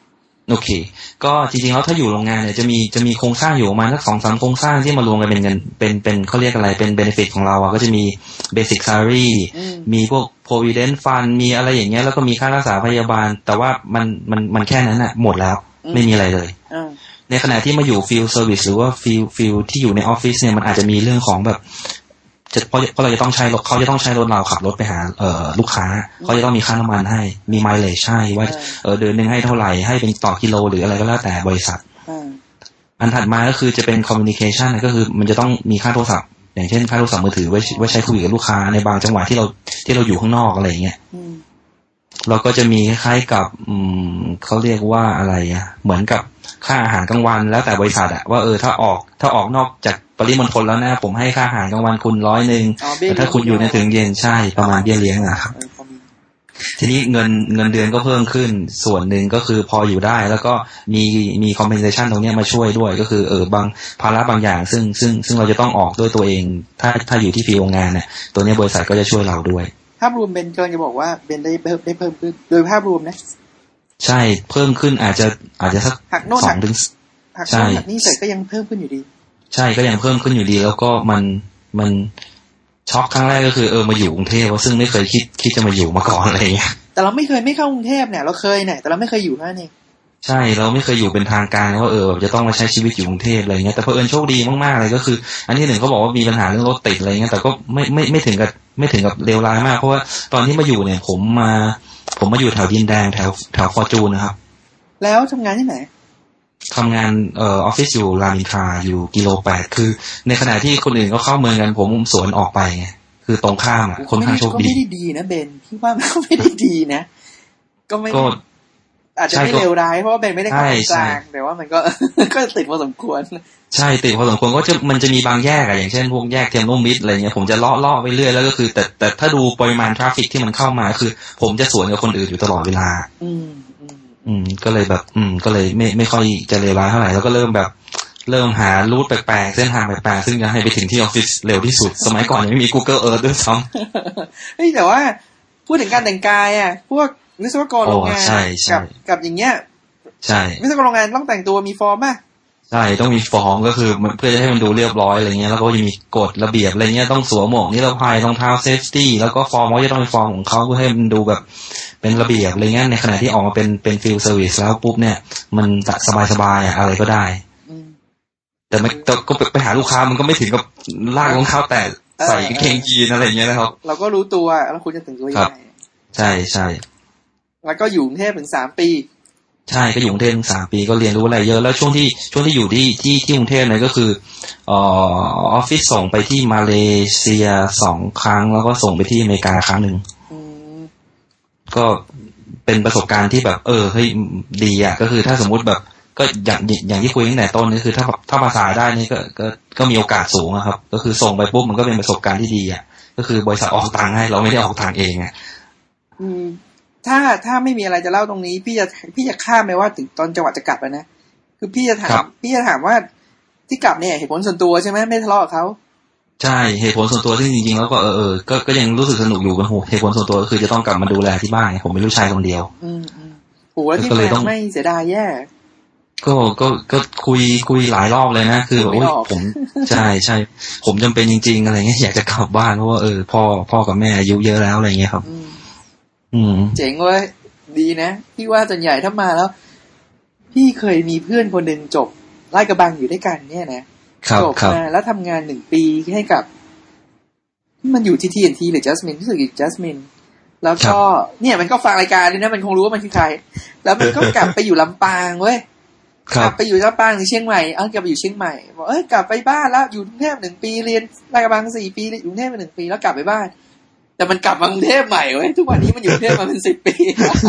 โอเคก็จริงๆแล้วถ้าอยู่โรงงานเนี่ยจะมีจะมีโครงสร้างอยู่ประมาณสักสองสามโครงสร้างที่มารวมกันเป็นเงินเป็นเป็นเขาเรียกอะไรเป็น benefit ของเราอ่ะก็จะมี basic salary มีพวก provident fund มีอะไรอย่างเงี้ยแล้วก็มีค่ารักษาพยาบาลแต่ว่ามันมันมันแค่นั้นน่ะหมดแล้วไม่มีอะไรเลยในขณะที่มาอยู่ field service หรือว่า field field ที่อยู่ในออฟฟิศเนี่ยมันอาจจะมีเรื่องของแบบจะเพราะเพราะเราจะต้องใช้รถเขาจะต้องใช้รถเราขับรถไปหาเอ่อลูกค้าเขาจะต้องมีค่าน้ำมันให้มี mileage ให้ว่าเออเดือนนึงให้เท่าไหร่ให้เป็นต่อกิโลหรืออะไรก็แล้วแต่บริษัทอันถัดมาก็คือจะเป็น communication ก็คือมันจะต้องมีค่าโทรศัพท์อย่างเช่นค่าโทรศัพท์มือถือไว้ไว้ใช้คุยกับลูกค้าในบางจังหวะที่เราที่เราอยู่ข้างนอกอะไรอย่างเงี้ยเราก็จะมีคล้ายๆกับอืมเขาเรียกว่าอะไรอ่ะเหมือนกับค่าอาหารกลางวันแล้วแต่บริษัทอะว่าเออถ้าออกถ้าออกนอกจากปริมณฑลแล้วนะผมให้ค่าอาหารกลางวันคุณร้อยนึงแต่ถ้าคุณอยู่ในถึงเย็นใช่ประมาณเบี้ยเลี้ยงนะครับทีนี้เงินเงินเดือนก็เพิ่มขึ้นส่วนหนึ่งก็คือพออยู่ได้แล้วก็มีมี compensation ตรงนี้มาช่วยด้วยก็คือเออบางภาระบางอย่างซึ่งซึ่งซึ่งเราจะต้องออกด้วยตัวเองถ้าถ้าอยู่ที่ฟีลโรงงานเนี่ยตัวนี้บริษัทก็จะช่วยเราด้วยภาพรวมเบนกำลังจะบอกว่าเบนได้เพิ่มได้เพิ่มขึ้นโดยภาพรวมนะใช่เพิ่มขึ้นอาจจะอาจจะสักสองถึงหักโน่นหักนี่เสร็จก็ยังเพิ่มขึ้นอยู่ดีใช่ก็ยังเพิ่มขึ้นอยู่ดีแล้วก็มันมันช็อกครั้งแรกก็คือเออมาอยู่กรุงเทพซึ่งไม่เคยคิดคิดจะมาอยู่มาก่อนอะไรอย่างเงี้ยแต่เราไม่เคยไม่เข้ากรุงเทพเนี่ยเราเคยเนี่ยแต่เราไม่เคยอยู่นั่นเองใช่เราไม่เคยอยู่เป็นทางการว่าเออจะต้องมาใช้ชีวิตอยู่กรุงเทพอะไรเงี้ยแต่เผอิญโชคดีมากๆเลยก็คืออันที่หนึ่งเขาบอกว่ามีปัญหาเรื่องรถติดอะไรเงี้ยแต่ก็ไม่ไม่ไม่ถึงกับไม่ถึงกับเลวร้ายมากเพราะว่าตอนที่มาอยู่เนี่ยผมมาผมมาอยู่แถวดินแดงแถวแถวฟอร์จูนนะครับแล้วทำงานที่ไหนทำงานเอ่อออฟฟิศอยู่รามอินทราอยู่กิโลแปดคือในขณะที่คนอื่นเขาเข้าเมืองกันผมสวนออกไปไงคือตรงข้ามอ่ะคนข้างโชคดีก็ไม่ได้ดีนะเบนพี่ว่ามันก็ไม่ได้ดีนะก็ไม่อาจจะไม่เลวร้ายเพราะว่าเบนไม่ได้เข้ากลางแต่ว่ามันก็ก็ติดพอสมควรใช่ติดพอสมควรก็จะมันจะมีบางแยกอะอย่างเช่นพวกแยกเทียมร่มมิตรอะไรเงี้ยผมจะเลาะเลาะไปเรื่อยแล้วก็คือแต่แต่ถ้าดูปริมาณทราฟฟิกที่มันเข้ามาคือผมจะสวนกับคนอื่นอยู่ตลอดเวลาอืมอืมก็เลยแบบอืมก็เลยไม่ไม่ค่อยจะเลวร้ายเท่าไหร่แล้วก็เริ่มแบบเริ่มหารูทแปลกๆเส้นทางแปลกๆซึ่งจะให้ไปถึงที่ออฟฟิศเร็วที่สุดสมัยก่อนยังไม่มี Google Earth ด้วยซ้ำเฮ้ยแต่ว่าพูดถึงการแต่งกายอ่ะพวกวิศวกรโรงงานกับกับอย่างเงี้ยใช่วิศวกรโรงงานต้องแต่งตัวมีฟอร์มป่ะใช่ต้องมีฟอร์มก็คือเพื่อจะให้มันดูเรียบร้อยอะไรเงี้ยแล้วก็จะมีกฎระเบียบอะไรเงี้ยต้องสวมหมวกนิรภัยรองเท้าเซฟตี้แล้วก็ฟอร์มก็จะต้องเป็นฟอร์มของเขาเพื่อให้มันดูแบบเป็นระเบียบอะไรเงี้ยในขณะที่ออกมาเป็นเป็นฟิลเซอร์วิสแล้วปุ๊บเนี่ยมันสบายๆอ่ะอะไรก็ได้แต่ไม่ก็ไปหาลูกค้ามันก็ไม่ถึงกับลากรองเท้าแตะใส่กางเกงยีนอะไรอย่างเงี้ยนะครับเราก็รู้ตัวแล้วคุณจะถึงตัวยังไงใช่ใช่แล้วก็อยู่กรุงเทพถึงสามปีใช่ก็อยู่กรุงเทพสามปีก็เรียนรู้อะไรเยอะแล้วช่วงที่ช่วงที่อยู่ที่ที่ที่กรุงเทพเนี่ยก็คือเอ่อออฟฟิศส่งไปที่มาเลเซียสองครั้งแล้วก็ส่งไปที่อเมริกาครั้งหนึ่งก็เป็นประสบการณ์ที่แบบเออเฮ้ยดีอ่ะก็คือถ้าสมมุติแบบก็อย่างอย่างที่คุยตั้งแต่ต้นนี่คือถ้าถ้าภาษาได้นี่ก็ก็ก็มีโอกาสสูงนะครับก็คือส่งไปปุ๊บมันก็เป็นประสบการณ์ที่ดีอ่ะก็คือบริษัทออกตังค์ให้เราไม่ได้ออกตังค์เองอ่ะอืมถ้าถ้าไม่มีอะไรจะเล่าตรงนี้พี่จะพี่จะข้ามไปว่าถึงตอนจังหวะจะกลับแล้วนะคือพี่จะถามพี่จะถามว่าที่กลับเนี่ยเหตุผลส่วนตัวใช่ไหมไม่ทะเลาะกับเขาใช่เหตุผลส่วนตัวที่จริงๆแล้วก็เออเออก็ก็ยังรู้สึกสนุกอยู่กันโหเหตุผลส่วนตัวก็คือจะต้องกลับมาดูแลที่บ้านผมเป็นลูกชายคนเดียวอืมอืมโหแล้วที่มาไม่เสียดายแย่ก็ก็ก็คุยคุยหลายรอบเลยนะคือโอ้ยผมใช่ใช่ผมจำเป็นจริงๆอะไรเงี้ยอยากจะกลับบ้านเพราะว่าเออพ่อพ่อกับแม่อายุเยอะแล้วอะไรเงี้ยครับอืมเจ๋งเว้ยดีนะพี่ว่าส่วนใหญ่ถ้ามาแล้วพี่เคยมีเพื่อนคนหนึ่งจบไล่กระบังอยู่ด้วยกันเนี่ยนะจบมาแล้วทำงานหนึ่งปีให้กับมันอยู่ที่ ที เอ็น ที หรือ Jasmine รู้สึกอยู่ Jasmine แล้วก็เนี่ยมันก็ฟังรายการด้วยนะมันคงรู้ว่ามันคือใครแล้วมันก็กลับไปอยู่ลำปางเว้ยกลับไปอยู่ลำปางหรือเชียงใหม่เอ้ากลับไปอยู่เชียงใหม่บอกเอ้ยกลับไปบ้านแล้วอยู่กรุงเทพหนึ่งปีเรียนไล่กระบังสี่ปีอยู่กรุงเทพมาหนึ่งปีแล้วกลับไปบ้านแต่มันกลับมากรุงเทพใหม่เว้ยทุกวันนี้มันอยู่กรุงเทพมาเป็นสิบปี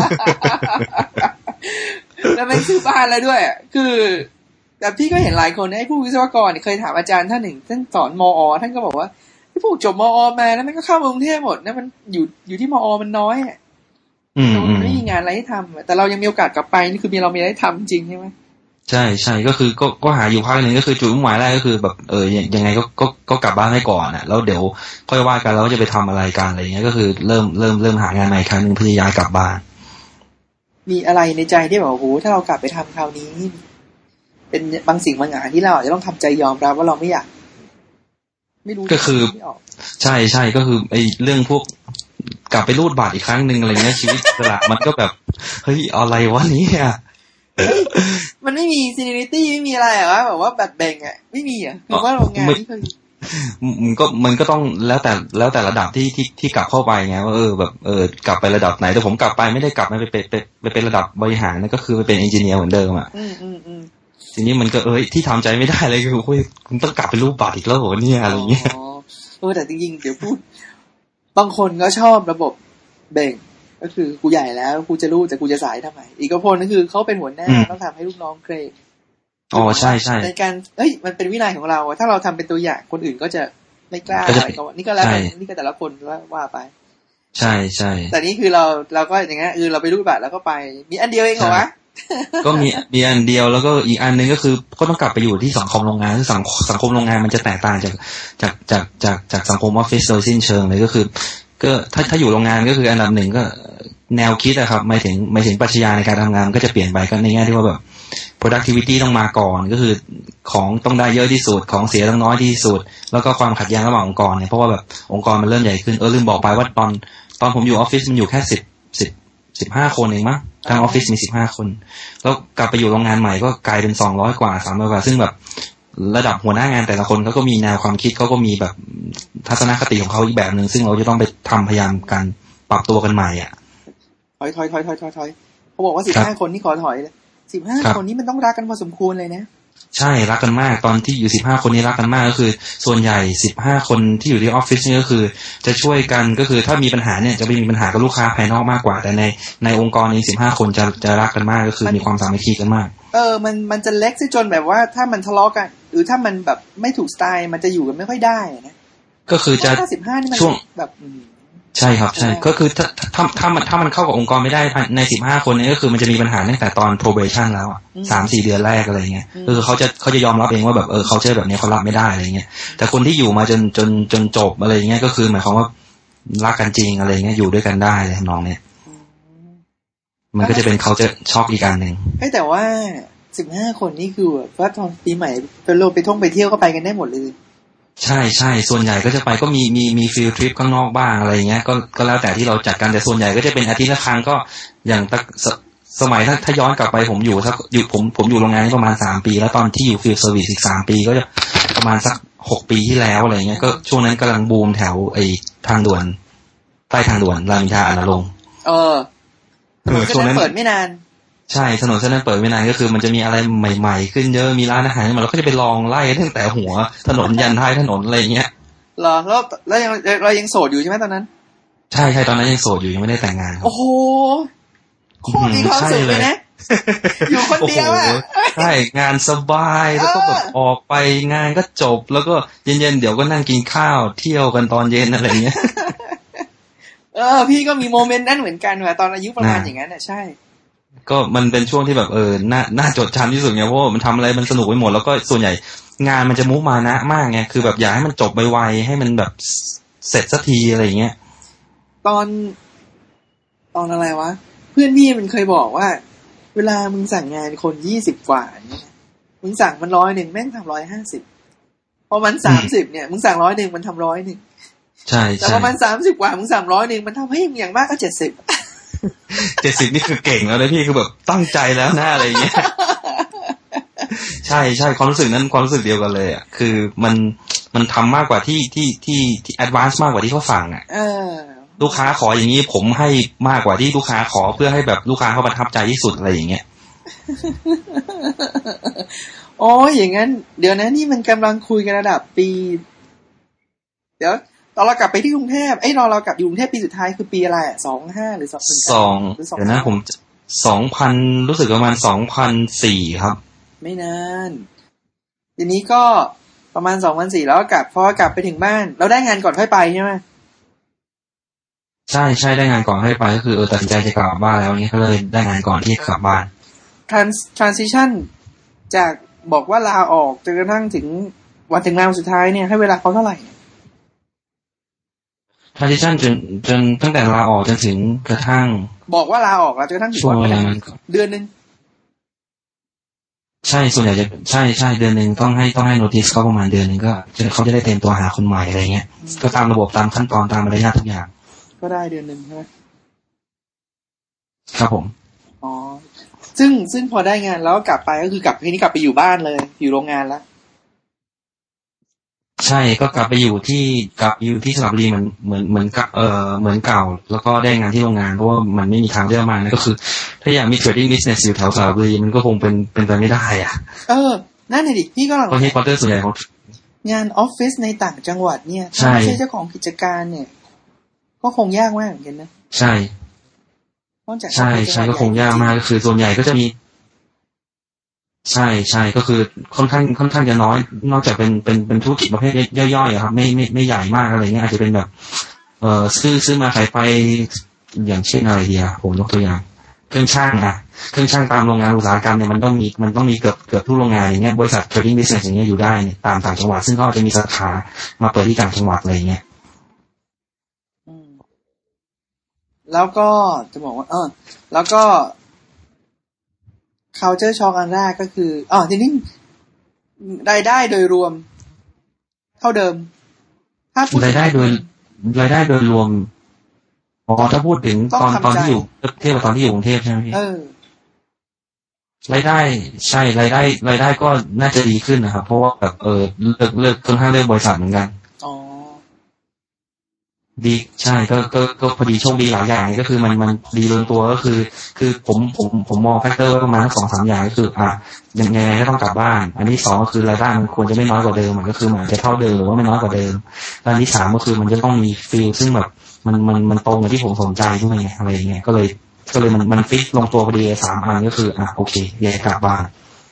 แล้วมันซื้อบ้านแล้วด้วยคือแต่พี่ก็เห็นหลายคนไอ้ผู้วิศวกรเคยถามอาจารย์ท่านหนึ่งท่านสอนมอท่านก็บอกว่าไอ้พวกจบมอมาแล้วมันก็เข้ามากรุงเทพหมดนะมันอยู่อยู่ที่มอมันน้อยอ่ะมันไม่มีงานอะไรให้ทำแต่เรายังมีโอกาสกลับไปนี่คือมีเรามีอะไรให้ทำจริงใช่ไหมใช่ใช่ก็คือก็ก็หาอยู่พักนึงก็คือจุดมุ่งหมายแรกก็คือแบบเออยังไงก็ก็ก็กลับบ้านให้ก่อนอ่ะแล้วเดี๋ยวค่อยว่ากันแล้วจะไปทำอะไรกันอะไรเงี้ยก็คือเริ่มเริ่มเริ่มหางานใหม่ครั้งนึงเพื่อย้ายกลับบ้านมีอะไรในใจที่แบบโอ้โหถ้าเรากลับไปทำคราวนี้เป็นบางสิ่งบางอย่างที่เราอาจจะต้องทำใจยอมรับว่าเราไม่อยากไม่รู้ก็คือใช่ใช่ก็คือไอ้เรื่องพวกกลับไปรูดบัตรอีกครั้งหนึ่งอะไรเงี้ยชีวิตสละมันก็แบบเฮ้ยอะไรวะเนี่ยมันไม่มีซีเนียริตี้ไม่มีอะไรอ่ะวะแบบว่าแบบแบ่งอ่ะไม่มีอ่ะคือว่าโรงงานนี่คือมันก็มันก็ต้องแล้วแต่แล้วแต่ระดับที่ที่ที่กลับเข้าไปไงว่าเออแบบเออกลับไประดับไหนแต่ผมกลับไปไม่ได้กลับมาไปเป็นไปเป็นระดับบริหารนั่นก็คือไปเป็นเอนจิเนียร์เหมือนเดิมอ่ะทีนี้มันก็เอ้ยที่ทำใจไม่ได้เลยคือเฮ้ยคุณต้องกลับไปรูปบัตรอีกแล้วเหรอเนี่ยอะไรเงี้ยอ๋อเออแต่จริงๆเดี๋ยวพูดบางคนก็ชอบระบบแบ่งก็คือกูใหญ่แล้วกูจะรู้แต่กูจะสายทำไมอีกคนก็คือเขาเป็นหัวหน้าต้องทำให้ลูกน้องเกรงอ๋อใช่ใช่ในการเอ้ยมันเป็นวินัยของเราถ้าเราทำเป็นตัวอย่างคนอื่นก็จะไม่กล้าอะไรก็นี่ก็แล้วนี่ก็แต่ละคนว่าว่าไปใช่ใช่แต่นี่คือเราเราก็อย่างเงี้ยคือเราไปรูดบัตรแล้วก็ไปมีอันเดียวเองเหรอวะก็มีมีอันเดียวแล้วก็อีกอันนึงก็คือก็ต้องกลับไปอยู่ที่สังคมโรงงานซึ่งสังสังคมโรงงานมันจะแตกต่างจากจากจากจากจากสังคมออฟฟิศโดยสิ้นเชิงเลยก็คือก็ถ้าถ้าอยู่โรงงานก็คืออันดับหนึ่งก็แนวคิดอะครับหมายถึงหมายถึงปรัชญาในการทำงานก็จะเปลี่ยนไปกันในแง่ที่ว่าแบบ productivity ต้องมาก่อนก็คือของต้องได้เยอะที่สุดของเสียต้องน้อยที่สุดแล้วก็ความขัดแย้งระหว่างองค์กรเนี่ยเพราะว่าแบบองค์กรมันเริ่มใหญ่ขึ้นเออลืมบอกไปว่าตอนตอนผมอยู่ออฟฟิศมันอยู่แค่สิบ สิบ สิบห้าคนเองมั้งทางออฟฟิศมีสิบห้าคนแล้วกลับไปอยู่โรงงานใหม่ก็กลายเป็นสองร้อยกว่าสามร้อยกว่าซึ่งแบบระดับหัวหน้างานแต่ละคนเขาก็มีแนวความคิดเขาก็มีแบบทัศนคติของเขาอีกแบบนึงซึ่งเราจะต้องไปทำพยายามการปรับตัวกันใหม่อ่ะถอยถอยถอยถอยถอยถอยเขาบอกว่าสิบห้าคนนี่ขอถอยเลยสิบห้าคนนี้มันต้องรักกันพอสมควรเลยนะใช่รักกันมากตอนที่อยู่สิบห้าคนนี้รักกันมากก็คือส่วนใหญ่สิบห้าคนที่อยู่ที่ออฟฟิศนี่ก็คือจะช่วยกันก็คือถ้ามีปัญหาเนี่ยจะไม่มีปัญหากับลูกค้าภายนอกมากกว่าแต่ในในองค์กรนี้สิบห้าคนจะจะรักกันมากก็คือมีความสามัคคีกันมากเออมันมันจะเล็กซิจนแบบว่าถ้ามันทะเลาะกันหรือถ้ามันแบบไม่ถูกสไตล์มันจะอยู่กันไม่ค่อยได้นะก็คือจะสิบห้านี่มันแบบใช่ครับใช่ก็คือถ้าถ้าถ้ามันถ้ามันเข้ากับองค์กรไม่ได้ในสิบห้าคนนี้ก็คือมันจะมีปัญหาตั้งแต่ตอน probation แล้วอ่ะ สามสี่ เดือนแรกอะไรเงี้ยคือเขาจะเขาจะยอมรับเองว่าแบบเออเขาเจอแบบนี้เขารับไม่ได้อะไรเงี้ยแต่คนที่อยู่มาจนจนจนจบอะไรเงี้ยก็คือหมายความว่ารักกันจริงอะไรเงี้ยอยู่ด้วยกันได้เลยน้องเนี่ยมันก็จะเป็นเขาจะช็อกอีกอันนึงเฮ้ยแต่ว่าสิบห้าคนนี่คือแบบว่าตอนปีใหม่ไปโลไปท่องไปเที่ยวก็ไปกันได้หมดเลยใช่ใช่ส่วนใหญ่ก็จะไปก็มีมีมีฟิลทริปข้างนอกบ้างอะไรเงี้ยก็ก็แล้วแต่ที่เราจัดกันแต่ส่วนใหญ่ก็จะเป็นอาทิตย์ละครั้งก็อย่างสสมัยถ้าถ้าย้อนกลับไปผมอยู่สักอยู่ผมผมอยู่โรงงานนี้ประมาณสามปีแล้วตอนที่อยู่ฟิลเซอร์วิสอีกสามปีก็จะประมาณสักหกปีที่แล้วอะไรเงี้ยก็ช่วงนั้นกำลังบูมแถวไอ้ทางด่วนใต้ทางด่วนรามอินทราอนาลงเออเออช่วงนั้นเปิดไม่นานใช่ถนนเส้นนั้นเปิดไม่นานก็คือมันจะมีอะไรใหม่ๆขึ้นเยอะมีร้านอาหารมาเราก็จะไปลองไล่ตั้งแต่หัวถนนยันท้ายถนนอะไรเงี้ยเหรอแล้วแล้วยังเรายังโสดอยู่ใช่ไหมตอนนั้นใช่ใช่ตอนนั้นยังโสดอยู่ยังไม่ได้แต่งงานโอ้โหโคตรมีความสุขเลยนะอยู่คนเดียวอ่ะใช่งานสบายแล้วก็แบบออกไปงานก็จบแล้วก็เย็นๆเดี๋ยวก็นั่งกินข้าวเที่ยวกันตอนเย็นอะไรเงี้ยเออพี่ก็มีโมเมนต์นั้นเหมือนกันว่ะตอนอายุประมาณอย่างนั้นน่ะใช่ก็มันเป็นช่วงที่แบบเออน่าน่าจดจำที่สุดไงเพราะมันทำอะไรมันสนุกไปหมดแล้วก็ส่วนใหญ่งานมันจะมุมานะมากไงคือแบบอยากให้มันจบไวๆให้มันแบบเสร็จสักทีอะไรเงี้ยตอนตอนอะไรวะเพื่อนพี่มันเคยบอกว่าเวลามึงสั่งงานคนยี่สิบกว่าเนี่ยมึงสั่งมันร้อยหนึ่งแม่งทำร้อยห้าสิบพอมันสามสิบเนี่ยมึงสั่งร้อยหนึ่งมันทำร้อยหนึ่งใช่แต่พอมันสามสิบกว่ามึงสั่งร้อยหนึ่งมันทำให้อย่างมากก็เจ็ดสิบเจ็ดสิบนี่คือเก่งแล้วนะพี่คือแบบตั้งใจแล้วหน้าอะไรเงี้ยใช่ใช่ความรู้สึกนั้นความรู้สึกเดียวกันเลยอ่ะคือมันมันทำมากกว่าที่ที่ที่ที่แอดวานซ์มากกว่าที่เขาสั่งอ่ะลูกค้าขออย่างนี้ผมให้มากกว่าที่ลูกค้าขอเพื่อให้แบบลูกค้าเขาประทับใจที่สุดอะไรอย่างเงี้ยอ๋ออย่างงั้นเดี๋ยวนะนี่มันกำลังคุยกันระดับปีเดี๋ยวตอนเรากลับไปที่กรุงเทพไอ้ตอนเรากลับอยู่กรุงเทพปีสุดท้ายคือปีอะไรอ่ะสองห้าหรือสองสองเดี๋ยวนะผมสองพันรู้สึกประมาณสองพันสี่ครับไม่นานทีนี้ก็ประมาณสองพันสี่แล้วกลับพอกลับไปถึงบ้านเราได้งานก่อนค่อยไปใช่ไหมใช่ใช่ได้งานก่อนค่อยไปก็คือเออตัดสินใจจะกลับบ้านแล้วงี้ก็เลยได้งานก่อนที่จะกลับบ้าน trans transition จากบอกว่าลาออกจนกระทั่งถึงวันถึงงานสุดท้ายเนี่ยให้เวลาเขาเท่าไหร่ transition จนจนตั้งแต่ลาออกจนถึงกระทั่งบอกว่าลาออกแล้วจนกระทั่งช่วงเวลานั้นเดือนนึงใช่ส่วนใหญ่จะใช่ใช่เดือนนึงต้องให้ต้องให้ notice เขาประมาณเดือนนึงก็เขาจะได้เตรียมตัวหาคนใหม่อะไรเงี้ยก็ตามระบบตามขั้นตอนตามมารยาททุกอย่างก็ได้เดือนนึงใช่ไหมครับผมอ๋อซึ่งซึ่งพอได้งานแล้วกลับไปก็คือกลับทีนี้กลับไปอยู่บ้านเลยอยู่โรงงานแล้วใช่ก็กลับไปอยู่ที่กลับอยู่ที่สระบุรีเหมือนเหมือนเหมือนกับเอ่อเหมือนเก่าแล้วก็ได้งานที่โรงงานเพราะว่ามันไม่มีทางเลือกมานะก็คือถ้าอยากมี trading business อยู่แถวสระบุรีมันก็คงเป็นเป็นไปไม่ได้อ่ะเออนั่นน่ะดิพี่ก็หลังเพราะที่ควอเตอร์ส่วนใหญ่ของงานออฟฟิศในต่างจังหวัดเนี่ยถ้าไม่ใช่เจ้าของกิจการเนี่ยก็คงยากมากเหมือนกันนะใช่ใช่ใช่ก็คงยากมากก็คือส่วนใหญ่ก็จะมีใช่ใช่ก็คือค่อนข้างค่อนข้างจะน้อยนอกจากเป็นเป็นเป็นธุรกิจประเภทย่อยๆครับไม่ไม่ไม่ใหญ่มากอะไรเงี้ยอาจจะเป็นแบบเอ่อซื้อซื้อมาขายไปอย่างเช่นอะไรดีอ่ะผมยกตัวอย่างเครื่องช่างอ่ะเครื่องช่างตามโรงงานอุตสาหกรรมเนี่ยมันต้องมีมันต้องมีเกือบเกือบทุกโรงงานอย่างเงี้ยบริษัท trading business อย่างเงี้ยอยู่ได้เนี่ยตามต่างจังหวัดซึ่งก็จะมีสาขามาเปิดที่ต่างจังหวัดอะไรเงี้ยแล้วก็จะบอกว่าเออแล้วก็culture shock อันแรกก็คืออ๋อทีนี้รายได้โดยรวมเท่าเดิมถ้าพูดรายได้โดยรายได้โดยรวมอ๋อถ้าพูดถึงตอนตอนที่อยู่เทียบกับตอนที่อยู่กรุงเทพใช่ไหมพี่เออรายได้ใช่รายได้รายได้ก็น่าจะดีขึ้นนะครับเพราะว่าแบบเออเลิกเลิกค่อนข้างเลิกบริษัทเหมือนกันอ๋อดีใช่ก็ก็ก็พอดีโชคดีหลายอย่างก็คือมันมันดีลงตัวก็คือคือผมผมผมมองแฟกเตอร์ประมาณสองสามอย่างก็คืออ่ะยังไงก็ต้องกลับบ้านอันที่สองก็คือรายได้มันควรจะไม่น้อยกว่าเดิมมันก็คือมันจะเท่าเดิมหรือว่าไม่น้อยกว่าเดิมและอันที่สามก็คือมันจะต้องมีฟีลซึ่งแบบมันมันมันตรงกับที่ผมสนใจด้วยไงอะไรอย่างเงี้ยก็เลยก็เลยมันมันฟิตลงตัวพอดีสามอันก็คืออ่ะโอเคอยากกลับบ้าน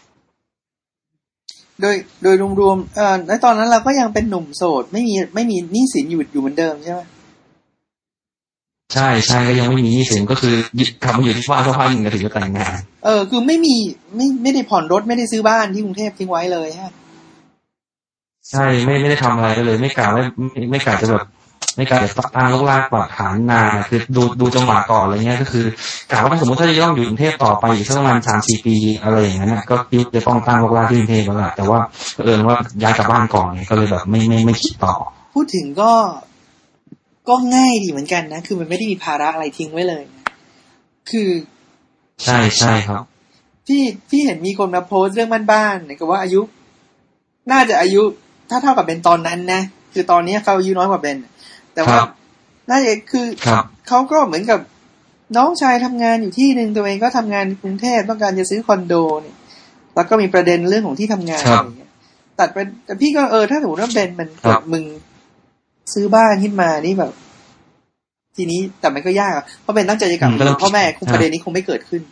โดยโดยรวมๆเอ่อในตอนนั้นเราก็ยังเป็นหนุ่มโสดไม่มีไม่มีหนี้สินอยู่อยู่เหมือนเดิมใช่ไหมใช่ใช่ก็ยังไม่มีหนี้สินก็คือยึดกลับมาอยู่ที่บ้านสักพักหนึ่งก็ถึงจะแต่งงานเออคือไม่มีไม่ไม่ได้ผ่อนรถไม่ได้ซื้อบ้านที่กรุงเทพทิ้งไว้เลยฮะใช่ไม่ไม่ได้ทำอะไรเลยไม่กล่าวไม่ไม่กล่าวจะแบบไม่กล่าวจะตั้งลูกลากปากฐานนานคือดูดูจังหวะก่อนอะไรเงี้ยก็คือกล่าวว่าสมมติถ้าจะต้องอยู่กรุงเทพต่อไปอีกสักประมาณสามสี่ปีอะไรอย่างเงี้ยก็คิดจะต้องตั้งลูกลากที่กรุงเทพแล้วแหละแต่ว่าเออว่าย้ายกลับบ้านก่อนก็เลยแบบไม่ไม่ไม่คิดต่อพูดถึงก็ก็ง่ายดีเหมือนกันนะคือมันไม่ได้มีภาระอะไรทิ้งไว้เลยนะคือใช่ใช่ครับพี่พี่เห็นมีคนมาโพสต์เรื่องบ้านๆเนี่ยก็ว่าอายุน่าจะอายุถ้าเท่ากับเบนตอนนั้นนะคือตอนนี้เขาอายุน้อยกว่าเบนแต่ว่าน่าจะคือเขาก็เหมือนกับน้องชายทำงานอยู่ที่นึงตัวเองก็ทำงานในกรุงเทพต้องการจะซื้อคอนโดเนี่ยแล้วก็มีประเด็นเรื่องของที่ทำงานอะไรอย่างเงี้ยตัดไปแต่พี่ก็เออถ้าสมมติว่าเบนมันเกิดมึงซื้อบ้านขึ้นมานี่แบบทีนี้แต่มันก็ยากเพราะเป็นตั้งใจจะกลับพ่อแม่คงประเด็นนี้คงไม่เกิดขึ้น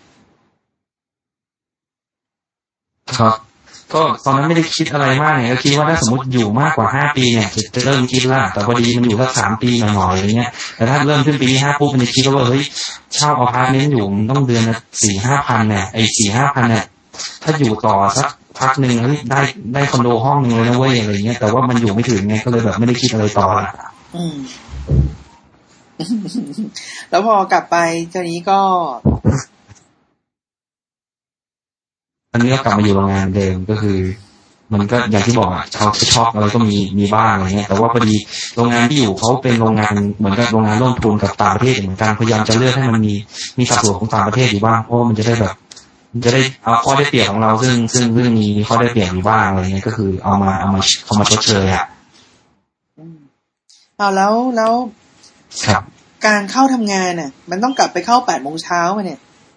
ครับก็ตอนนั้นไม่ได้คิดอะไรมากเนี่ยก็คิดว่าถ้าสมมติอยู่มากกว่าห้าปีเนี่ยจะเริ่มคิดละแต่พอดีมันอยู่แค่สามปีหน่อยๆอย่างเงี้ยแต่ถ้าเริ่มขึ้นปีที่ห้าปุ๊บมันจะคิดว่าเฮ้ยเช่าอพาร์ตเมนต์อยู่มันต้องเดือนละสี่ห้าพันเนี่ยไอ้สี่ห้าพันเนี่ยถ้าอยู่ต่อสักพักหนึ่งเฮ้ยได้ได้คอนโดห้องนึงเลยนะเว้ยอะไรเงี้ยแต่ว่ามันอยู่ไม่ถึงไงก็เลยแบบไม่ได้คิดอะไรต่อละอืมแล้วพอกลับไปเจ้านี้ก็อันนี้ก็กลับมาอยู่โรงงานเดิมก็คือมันก็อย่างที่บอกอ่ะเขาช็อกอะไรก็มีมีบ้างอะไรเงี้ยแต่ว่าพอดีโรงงานที่อยู่เขาเป็นโรงงานเหมือนกับโรงงานร่วมทุนกับต่างประเทศเหมือนกันพยายามจะเลือกให้มันมีมีสัดส่วนของต่างประเทศอยู่บ้างเพราะมันจะได้แบบจะได้เอาข้อได้เปรียบของเราซึ่งซึ่งซึ่งมีข้อได้เปรียบอยู่บ้างอะไรเงี้ยก็คือเอามาเอามาเอามาชดเชยอ่ะเอาแล้วแล้วครับการเข้าทำงานน่ะมันต้องกลับไปเข้าแปดโมงเช้ามาเนี่ย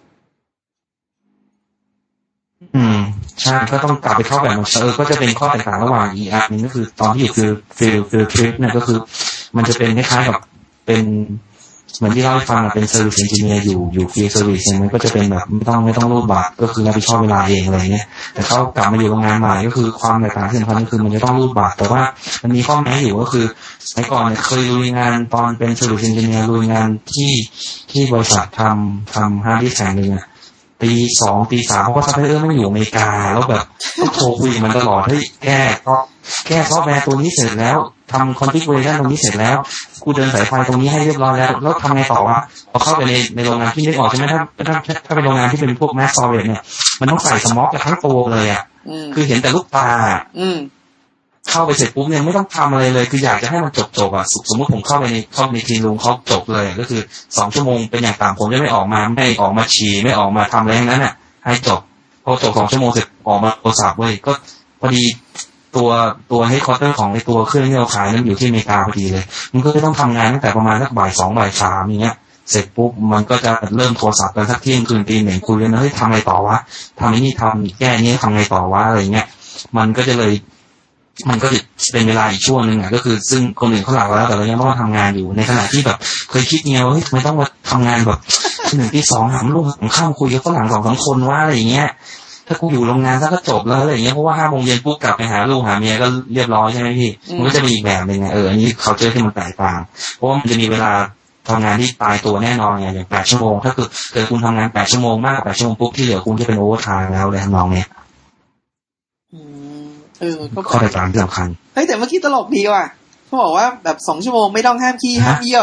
อืมใช่ก็ต้องกลับไปเข้าแบบมันเออก็จะเป็นข้อแตกต่างระหว่างอีกอันนึงก็คือตอนที่อยู่คือฟิลฟิลทริปเนี่ยก็คือมันจะเป็นคล้ายๆกับเป็นเหมือนที่เล่าให้ฟังอ่ะเป็นเซอร์วิสเอนจิเนียร์อยู่อยู่ฟิลเซอร์วิสเนี่ยมันก็จะเป็นแบบไม่ต้องไม่ต้องรูดบัตรก็คือรับผิดชอบเวลาเองอะไรเงี้ยแต่เขากลับมาอยู่โรงงานใหม่ก็คือความแตกต่างที่สำคัญก็คือมันจะต้องรูดบัตรแต่ว่ามันมีข้อแม้อยู่ก็คือสมัยก่อนเนี่ยเคยลุยงานตอนเป็นเซอร์วิสเอนจิเนียร์ลุยงานที่ที่บริษัททำทำฮาร์ดดิสก์แห่งนึงอ่ะตีสองตีสามเพราะว่าซัพพลายเออร์ไม่อยู่อเมริกาแล้วแบบต้องโทรคุยมันตลอดเฮ้ยแก้ก็แก้ซอฟต์แวร์ตัวนี้เสร็จแล้วทำ configuration ตรงนี้เสร็จแล้วกูเดินสายไฟตรงนี้ให้เรียบร้อยแล้วแล้วทำไงต่อวะพอเข้าไปในในโรงงานที่นึกออกใช่ไหมถ้าถ้าถ้าเป็นโรงงานที่เป็นพวก mass storage เนี่ยมันต้องใส่สม็อกกันทั้งตัวเลยอ่ะคือเห็นแต่ลูกตาเข้าไปเสร็จปุ๊บเนี่ยไม่ต้องทำอะไรเลยคืออยากจะให้มันจบจบอ่ะสมมติผมเข้าไปในเข้าในคลีนรูมเขาจบเลยก็คือสองชั่วโมงเป็นอย่างต่ำผมจะไม่ออกมาไม่ออกมาฉี่ไม่ออกมาทำอะไรทั้งนั้นอ่ะให้จบพอจบสองชั่วโมงเสร็จออกมาโทรศัพท์เว้ยก็พอดีตัวตัวเฮดคอร์เตอร์ของในตัวเครื่องที่เราขายนั้นอยู่ที่อเมริกาพอดีเลยมันก็จะต้องทำงานตั้งแต่ประมาณสักบ่ายสองบ่ายสามอย่างเงี้ยเสร็จปุ๊บมันก็จะเริ่มโทรศัพท์กันสักเที่ยงคืนตีหนึ่งคุยกันนะเฮ้ยทำอะไรต่อวะทำไอ้นี่ทำแก้นี้ทำไงต่อวะอะไรเงี้ยมันก็จะเลยมันก็จะเป็นเวลาอีกช่วงนึงอ่ะก็คือซึ่งคนอื่นเขาหลับแล้วแต่เรายังต้องทำงานอยู่ในขณะที่แบบเคยคิดไงว่าเฮ้ยไม่ต้องมาทำงานแบบที่หนึ่งที่สองหามลูกข้ามคุยกับฝรั่งสองสามคนว่าอะไรอย่างเงี้ยถ้ากูอยู่โรงงานซะก็จบแล้วอะไรอย่างเงี้ยเพราะว่าห้าโมงเย็นปุ๊บกลับไปหาลูกหาเมียก็เรียบร้อยใช่ไหมพี่มันก็จะมีอีกแบบนึงไงเอออันนี้เขาเจอที่มันแตกต่างเพราะว่ามันจะมีเวลาทำงานที่ตายตัวแน่นอนไงอย่างแปดชั่วโมงถ้าคือเกิดคุณทำงานแปดชั่วโมงมากแปดชั่วโมงปุ๊บที่เหลือคุณจะเป็นโอเวอร์ไทม์แล้วเลยทำนองเนี้ยเออก็ข้อแตกต่างที่สำคัญเฮ้ยแต่เมื่อกี้ตลกดีว่ะเขาบอกว่าแบบสองชั่วโมงไม่ต้องห้ามขี้ห้ามเยี่ยว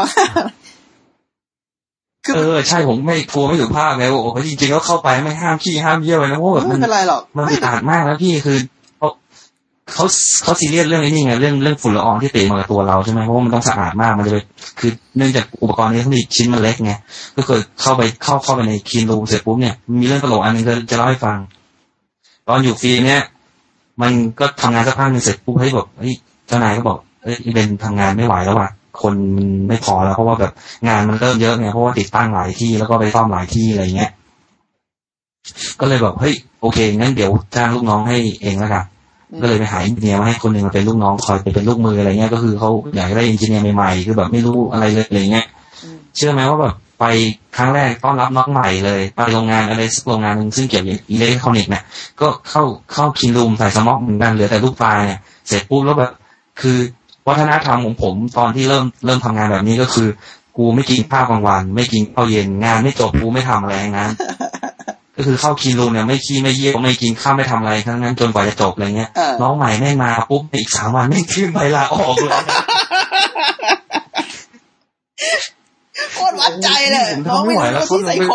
เออใช่ผมไม่กลัวไม่สุภาพไงโอ้โหจริงๆแล้วเข้าไปไม่ห้ามขี้ห้ามเยี่ยวเลยนะเพราะแบบมันไม่เป็นไรหรอกมันอึดอัดมากแล้วพี่คือเขาเขาเขาซีเรียสเรื่องนี้ไงเรื่องเรื่องฝุ่นละอองที่ติดมากับตัวเราใช่ไหมเพราะว่ามันต้องสะอาดมากมันจะไปคือเนื่องจากอุปกรณ์นี้เขามีชิ้นมันเล็กไงก็เคยเข้าไปเข้าเข้าไปในคลีนรูมเสร็จปุ๊บเนี่ยมีเรื่องตลกอันนึงจะจะเล่าให้ฟังตอนอยู่ฟรีเนี่ยมันก็ทำงานสักพักนึงเสร็จปุ๊บเฮ้ยบอกเฮ้ยเจ้านายก็บอกเอ้ยเบนทำงานไม่ไหวแล้วว่ะคนมันไม่พอแล้วเพราะว่าแบบงานมันเริ่มเยอะไงเพราะว่าติดตั้งหลายที่แล้วก็ไปซ่อมหลายที่อะไรเงี้ยก็เลยบอกเฮ้ยโอเคงั้นเดี๋ยวจ้างลูกน้องให้เองแล้วกันก็เลยไปหาอินเจียร์มาให้คนหนึ่งมาเป็นลูกน้องคอยไปเป็นลูกมืออะไรเงี้ยก็คือเขาอยากได้อินเจียร์ใหม่ๆคือแบบไม่รู้อะไรเลยอะไรเงี้ยเชื่อไหมว่าแบบไปครั้งแรกต้อนรับน้องใหม่เลยไปโรงงานอะไรสักโรงงานนึงซึ่งเกี่ยวกับอิเล็กทรอนิกส์เนี่ยก็เข้าเข้าคลีนรูมใส่สม็อกเหมือนกันเหลือแต่ลูกปลายเนี่ยเสร็จปุ๊บแล้วแบบคือวัฒนธรรมของผมตอนที่เริ่มเริ่มทำงานแบบนี้ก็คือกูไม่กินข้าวกลางวันไม่กินข้าวเย็นงานไม่จบกูไม่ทำอะไรนะก็คือเข้าคลีนรูมเนี่ยไม่ขี้ไม่เยี่ยวไม่กินข้าวไม่ทำอะไรทั้งนั้นจนกว่าจะจบอะไรเงี้ยน้องใหม่แม่งมาปุ๊บอีกสามวันแม่งขึ้นใบลาออกเลยโคตรวัดใจเลยน้องไม่ไหวแล้วไซโค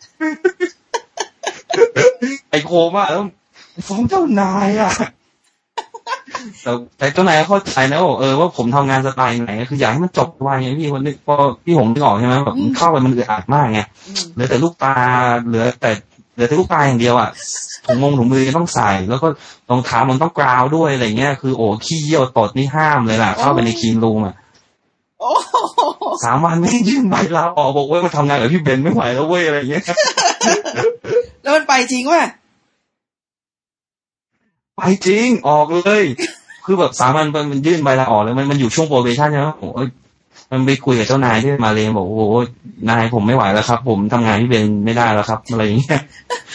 ไอโคมากแล้วฟ้องเจ้านายอ่ะแต่แต่เจ้านายเข้าใจนะว่าเออว่าผมทำงานสไตล์ไหนคืออยากให้มันจบไวไงพี่คนนึกพอพี่หงนึกออกใช่ไหมแบบเข้าไปมันอึดอัดมากไงเหลือแต่ลูกตาเหลือแต่เหลือแต่ลูกตาอย่างเดียวอ่ะถุงมงถุงมือต้องใส่แล้วก็รองเท้ามันต้องกราวด้วยอะไรเงี้ยคือโอ้ขี้เยี่ยวตดนี่ห้ามเลยล่ะเข้าไปในคลีนรูมอ่ะสามวันไม่ยื่นใบลาออกบอกว่ามาทำงานกับพี่เบนไม่ไหวแล้วเว้ยอะไรเงี้ยแล้วมันไปจริงว่ะไปจริงออกเลยคือแบบสามวันมันยื่นใบลาออกเลยมันมันอยู่ช่วงโปรเบชั่นใช่ไหมโอ้ยมันไปคุยกับเจ้านายที่มาเลบอกโอ้โหนายผมไม่ไหวแล้วครับผมทำงานพี่เบนไม่ได้แล้วครับอะไรอย่างเงี้ย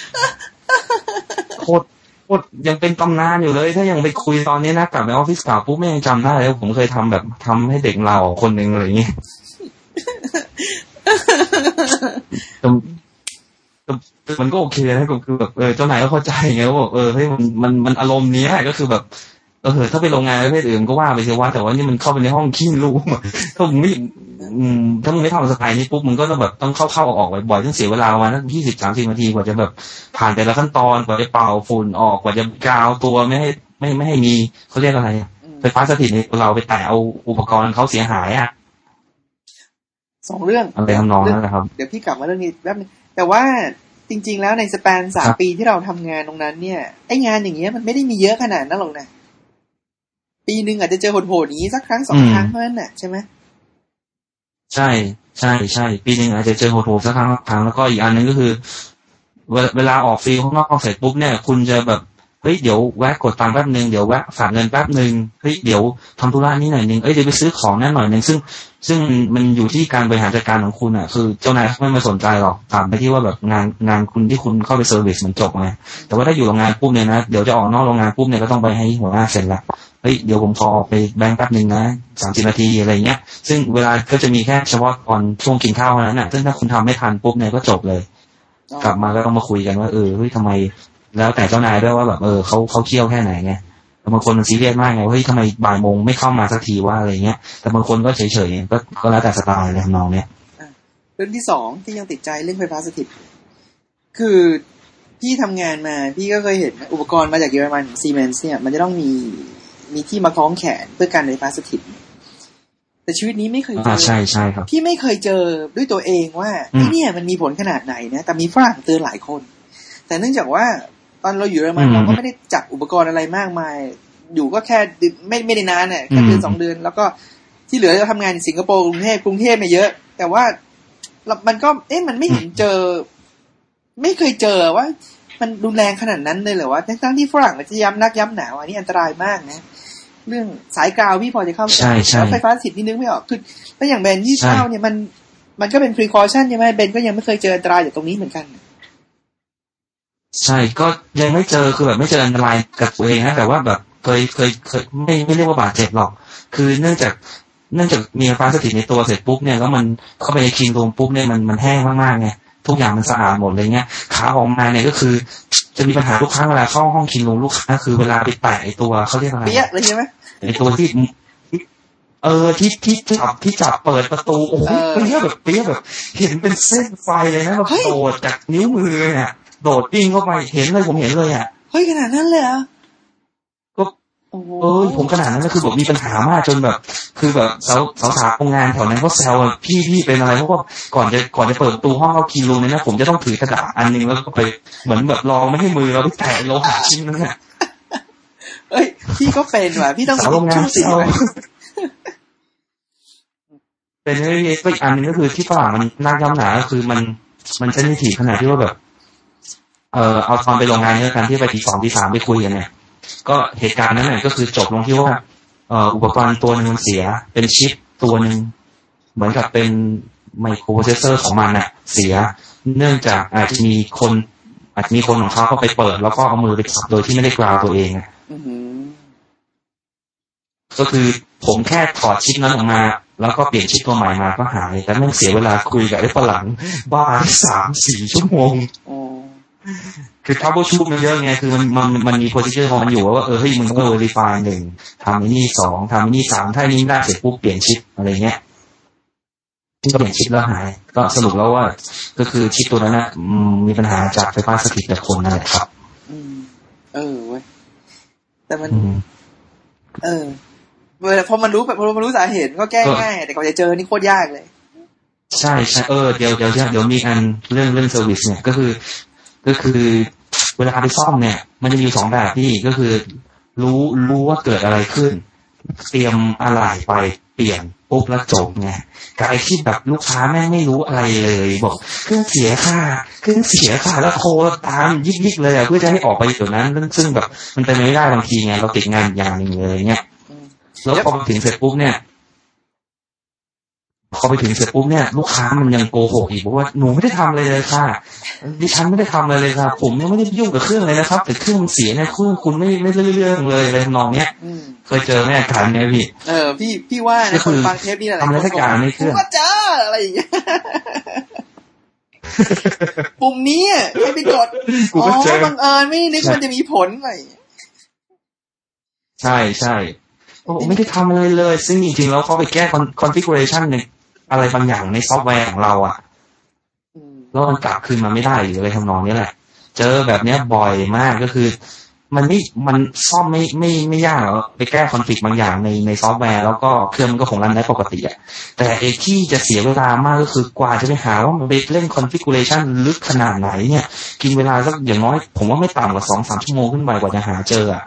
โคตรโคตรยังเป็นตำนานอยู่เลยถ้ายังไปคุยตอนนี้นะกลับไปออฟฟิศเก่าปุ๊บไม่ยังจำได้เลยผมเคยทำแบบทำให้เด็กเราคนนึงอะไรอย่างเงี้ยมันก็โอเคนะก็คือแบบเออเจ้านายก็เข้าใจไงว่าเออเฮ้ยมันมันมันอารมณ์นี้ก็คือแบบเออถ้าไปโรงงานประเภทอื่นก็ว่าไปเสียว่าแต่ว่านี่มันเข้าไปในห้องขี้รูมถ้ามึงไม่ถ้ามึงไม่ทำสไตล์นี้ปุ๊บมึงก็ต้องแบบต้องเข้าเข้าออกๆบ่อยๆต้องเสียเวลาประมาณสักยี่สิบสามสิบนาทีกว่าจะแบบผ่านแต่ละขั้นตอนกว่าจะเป่าฝุ่นออกกว่าจะกาวตัวไม่ให้ไม่ไม่ให้มีเขาเรียกอะไรไฟฟ้าสถิตในเราไปแตะเอาอุปกรณ์เขาเสียหายอ่ะสองเรื่องอะไรทำนองนั้นนะครับเดี๋ยวพี่กลับมาเรื่องนี้แป๊บนึงแต่ว่าจริงๆแล้วในสเปนสามปีที่เราทำงานตรงนั้นเนี่ยไอ้งานอย่างเงี้ยมันไม่ได้มีเยอะขนาดนั้นหรอกนะปีนึงอาจจะเจอโหดๆนี้สักครั้งสองครั้งเท่านั้นน่ะใช่ไหมใช่ใช่ใช่ปีนึงอาจจะเจอโหดๆสักครั้งครั้งแล้วก็อีกอันนึงก็คือเวลาออกฟรีข้างนอกเสร็จปุ๊บเนี่ยคุณจะแบบเฮ้ยเดี๋ยวแวะกดตังค์แป๊บนึงเดี๋ยวแวะฝากเงินแป๊บนึงเฮ้ยเดี๋ยวทำธุระนี้หน่อยนึงเอ้ยเดี๋ยวไปซื้อของนั่นหน่อยนึงซึ่งซึ่งมันอยู่ที่การบริหารจัดการของคุณอ่ะคือเจ้านายไม่มาสนใจหรอกถามไปที่ว่าแบบงานงานคุณที่คุณเข้าไปเซอร์วิสมันจบไงแต่ว่าถ้าอยู่โรงงานปุ๊บเนี่ยนะเดี๋ยวจะออกนอกโรงงานปุ๊บเนี่ยก็ต้องไปให้หัวหน้าเซ็นละเฮ้ยเดี๋ยวผมขอออกไปแบงค์แป๊บนึงนะสามสิบนาทีอะไรเงี้ยซึ่งเวลาก็จะมีแค่เฉพาะตอนช่วงกินข้าวเท่านั้นน่ะซึ่งถ้าคุณทำไม่ทันปุ๊บเนี่ยก็จบเลยกลับมาก็ต้องมาคุยกันว่าเออเฮ้ยทำไมแล้วแต่เจ้านายด้วยว่าแบบเออเขาเขาเคี่ยวแค่ไหนไงแต่บางคนมันซีเรียสมากไงว่าเฮ้ยทำไมบ่ายโมงไม่เข้ามาสักทีว่าอะไรเงี้ยแต่บางคนก็เฉยๆก็ก็แล้วแต่สไตล์เลยทำนองเนี้ยเรื่องที่สองที่ยังติดใจเรื่องไฟฟ้าสถิตคือพี่ทำงานมาพี่ก็เคยเห็นอุปกรณ์มาจากเยอรมันซีเมนส์เนี่ยมันจะต้องมีมีที่มาคล้องแขนเพื่อการไฟฟ้าสถิตแต่ชีวิตนี้ไม่เคยเจอใช่ใช่ครับพี่ไม่เคยเจอด้วยตัวเองว่าเนี่ยมันมีผลขนาดไหนนะแต่มีฝรั่งเตือนหลายคนแต่เนื่องจากว่าตอนเราอยู่เยอรมันเราก็ไม่ได้จับอุปกรณ์อะไรมากมายอยู่ก็แค่ไม่ไม่ได้นานเนี่ยแค่เดือนสองเดือนแล้วก็ที่เหลือเราทำงานในสิงคโปร์กรุงเทพกรุงเทพมาเยอะแต่ว่ามันก็เอ๊ะมันไม่เห็นเจอไม่เคยเจอว่ามันรุนแรงขนาดนั้นเลยเหรอวะทั้งที่ฝรั่งมันจะย้ำนักย้ำหนาอันนี้อันตรายมากนะเรื่องสายกาวพี่พอจะเข้าใจแล้วไฟฟ้าสถิตนี่นึกไม่ออกคือถ้าอย่างแบรนด์ยี่ห้อเนี่ยมันมันก็เป็น precaution ใช่ไหมเบนก็ยังไม่เคยเจออันตรายจากตรงนี้เหมือนกันใช่ก็ยังไม่เจอคือแบบไม่เจออันตรายกับตัวเองนะแต่ว่าแบบเคยเคยเคยไม่ไม่เรียกว่าบาดเจ็บหรอกคือเนื่องจากเนื่องจากมีไฟฟ้าสถิตในตัวเสร็จปุ๊บเนี่ยแล้วมันเข้าไปในคลีนรูมปุ๊บเนี่ยมันมันแห้งมากๆไงทุกอย่างมันสะอาดหมดเลยเงี้ยขาออกมาเนี่ยก็คือจะมีปัญหาทุกครั้งเวลาเข้าห้องคลีนรูมลูกค้าคือเวลาไปแตะไอตัวเขาเรียกอะไรเปี้ยเลยใช่ไหมไอตัวที่เออที่ที่จับที่จับเปิดประตูโอ้โหเปี้ยแบบเปี้ยแบบเห็นเป็นเส้นไฟเลยนะแบบโดดจากนิ้วมือเนี่ยโดดวิ่งเข้าไปเห็นเลยผมเห็นเลยอ่ะเฮ้ยขนาดนั้นเลยอ่ะก็เออผมขนาดนั้นก็คือแบบมีปัญหามากจนแบบคือแบบสาวสาวสาวโรงงานแถวนั้นเขาแซวพี่พี่เป็นอะไรเพราะว่าก่อนจะก่อนจะเปิดประตูห้องเขาคีรูเนี่ยนะผมจะต้องถือกระดาษอันนึงแล้วก็ไปเหมือนแบบรองไม่ให้มือเราไปแตะโลหะชิ้นนั้นน่ะเอ้ยพี่ก็เป็นว่ะพี่ต้องสาวโรงงานแซวเป็นเรื่องอีกอันนึงก็คือที่ฝรั่งมันน่าย้ำหนาก็คือมันมันเซนซิทีฟขนาดที่ว่าแบบเออเอาตอนไปโรงงานเนี่ยการที่ไปตีสองตีสามไปคุยกันเนี่ยก็เหตุการณ์นั้นเนี่ยก็คือจบลงที่ว่าเอ่ออุปกรณ์ตัวนึงมันเสียเป็นชิปตัวนึงเหมือนกับเป็นไมโครโปรเซสเซอร์ของมันน่ะเสียเนื่องจากอาจจะมีคนอาจจะมีคนของเขาเข้าไปเปิดแล้วก็เอามือไปจับโดยที่ไม่ได้กราวตัวเองอ่ะก็คือผมแค่ถอดชิปนั้นออกมาแล้วก็เปลี่ยนชิปตัวใหม่มาก็หายแต่ไม่เสียเวลาคุยกับไอ้ฝรั่งบ้าสามสี่ชั่วโมงคือทับเบิลชูมันเยอะไงคือมันมันมันมีโปรซิเจอร์ของมันอยู่ว่าเออเฮ้ยมึงต้องเวอร์ริฟายหนึ่งทำไอ้นี่สองทำไอ้นี่สามถ้านี้ได้เสร็จปุ๊บเปลี่ยนชิปอะไรเงี้ยที่ก็เปลี่ยนชิปแล้วหายก็สรุปแล้วว่าก็คือชิปตัวนั้นนะมีปัญหาจากไฟฟ้าสถิตจากคนนั่นแหละครับเออเว้ยแต่มันเออเวลาพอมันรู้แบบพอมันรู้สาเหตุก็แก้ง่ายแต่ก่อนจะเจอนี่โคตรยากเลยใช่ใช่เออเดี๋ยวเดี๋ยวเดี๋ยวมีอันเรื่องเรื่องเซอร์วิสเนี่ยก็คือก็คือเวลาไปซ่อมเนี่ยมันจะมีสองแบบที่ก็คือรู้รู้ว่าเกิดอะไรขึ้นเตรียมอะไหล่ไปเปลี่ยนปุ๊บแล้วจบไงกับไอ้ที่แบบลูกค้าแม่งไม่รู้อะไรเลยบอกเครื่องเสียค่าเครื่องเสียค่าแล้วโทรตามยิกๆเลยอ่ะเพื่อจะให้ออกไปอยู่นั้นซึ่งแบบมันเป็นไม่ได้บางทีไงเราติดงานอย่างนึงเลยเงี้ยแล้วพอถึงเสร็จปุ๊บเนี่ยพอไปถึงเสร็จปุ๊บเนี่ยลูกค้ามันยังโกหกอีกบอกว่าหนูไม่ได้ทำอะไรเลยค่ะดิฉันไม่ได้ทำอะไรเลยค่ะผมยังไม่ได้ยุ่งกับเครื่องเลยนะครับแต่เครื่องมันเสียเนี่ยเครื่องคุณไม่ไม่เรื่องเลยอะไรน้องเนี้ยเคยเจอไหมอาการเนี้ยพี่เออพี่พี่ว่าในคนฟังเทปนี่แหละทำอะไรสักอย่างในเครื่องก็เจออะไรอย่างเงี้ยปุ่มนี้ไม่ไปกดอ๋อบังเอิญไม่นึกมันจะมีผลอะไรใช่ใช่โอ้ไม่ได้ทำอะไรเลยซึ่งจริงๆแล้วเขาไปแก้ configuration ในอะไรบางอย่างในซอฟต์แวร์ของเราอ่ะแล้วมันกลับคืนมาไม่ได้หรืออะไรทำนองนี้แหละเจอแบบเนี้ยบ่อยมากก็คือมันไม่มันซ่อมไม่ไม่ไม่ยากหรอกไปแก้คอนฟลิกต์บางอย่างในในซอฟต์แวร์แล้วก็เครื่องมันก็คงรันได้ปกติอ่ะแต่ไอ้ที่จะเสียเวลามากก็คือกว่าจะไปหาว่ามันไปเล่น configuration ลึกขนาดไหนเนี่ยกินเวลาสักอย่างน้อยผมว่าไม่ต่ำกว่า สองถึงสาม ชั่วโมงขึ้นไปกว่าจะหาเจออ่ะ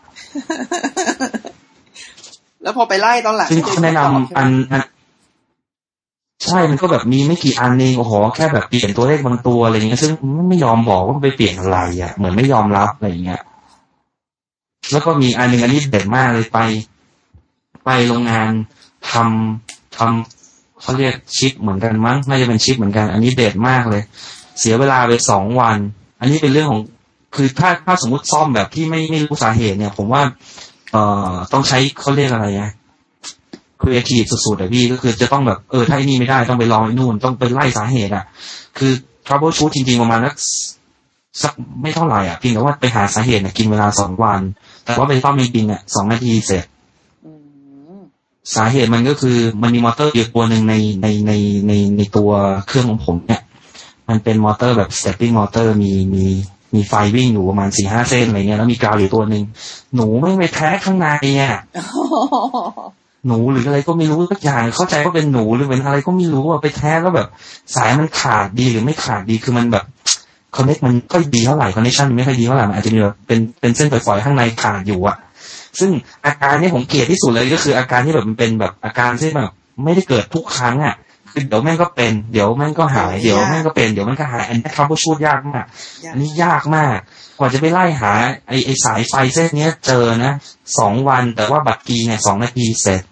แล้วพอไปไล่ตอนหลังซึ่งเขาแนะนำอันใช่มันก็แบบมีไม่กี่อันเองโอ้โหแค่แบบเปลี่ยนตัวเลขบางตัวอะไรเงี้ยซึ่งไม่ยอมบอกว่าไปเปลี่ยนอะไรอ่ะเหมือนไม่ยอมรับอะไรเงี้ยแล้วก็มีอันนึงอันนี้เด็ดมากเลยไปไปโรงงานทำทำเขาเรียกชิปเหมือนกันมั้งน่าจะเป็นชิปเหมือนกันอันนี้เด็ดมากเลยเสียเวลาไปสองวันอันนี้เป็นเรื่องของคือถ้าถ้าสมมุติซ่อมแบบที่ไม่ไม่รู้สาเหตุเนี่ยผมว่าเอ่อต้องใช้เขาเรียกอะไรนะครีเอทีฟสุดๆอ่ะพี่ก็คือจะต้องแบบเออถ้าไอ้นี่ไม่ได้ต้องไปลองไอ้นู่นต้องไปไล่สาเหตุอ่ะคือ troubleshoot จริงๆประมาณสักสักไม่เท่าไหร่อ่ะเพียงแต่ว่าไปหาสาเหตุเนี่ยกินเวลาสองวันแต่ว่าไปซ่อมจริงๆอ่ะสองนาทีเสร็จสาเหตุมันก็คือมันมีมอเตอร์อยู่ตัวหนึ่งในในในในในตัวเครื่องของผมเนี่ยมันเป็นมอเตอร์แบบ stepping motor มีมีมีไฟวิ่งอยู่ประมาณ สี่ห้า เส้นอะไรเงี้ยแล้วมีกาวอยู่ตัวนึงหนูไม่ไปแท้ข้างในอ่ะ หนูหรืออะไรก็ไม่รู้สักอย่างเข้าใจว่าเป็นหนูหรือเป็นอะไรก็ไม่รู้อ่ะไปแท้แล้วแบบสายมันขาดดีหรือไม่ขาดดีคือมันแบบคอนเนคมันก็ดีเท่าไหร่คอนเนคชั่นไม่ค่อยดีเท่าไหร่มันอาจจะมีแบบเป็นเป็นเส้นฝอยๆข้างในขาดอยู่อ่ะซึ่งอาการนี้ผมเกลียดที่สุดเลยก็คืออาการที่แบบมันเป็นแบบอาการที่แบบไม่ได้เกิดทุกครั้งอ่ะคือเดี๋ยวแม่งก็เป็นเดี๋ยวแม่งก็หายเดี๋ยวแม่งก็เป็นเดี๋ยวแม่งก็หายอันนี้ทำก็ชูดยากมากอันนี้ยากมากกว่าจะไปไล่หาไอ้ไอ้สายไฟเส้นนี้เจอนะสองวันแต่ว่าบัตรกีเนี่ยสองนาทีเสร็จ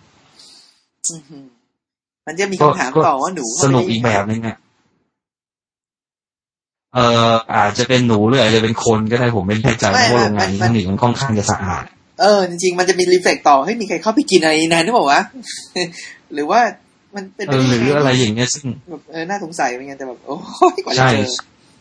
มันจะมีคำถามต่อว่าหนูสนุกอีกแบบนึงอ่ะเอ่ออาจจะเป็นหนูหรืออาจจะเป็นคนก็ได้ผมไม่แน่ใจเพราะโรงงานนี้นี่มันค่อนข้างจะสะอาดเออจริงๆมันจะมีรีเฟล็กต่อให้มีใครเข้าไปกินอะไรนานหรือเปล่าวะหรือว่ามันเป็นเออหรืออะไรอย่างเงี้ยซึ่งเออน่าสงสัยเหมือนกันแต่แบบโอ้ยกว่าจะเจอ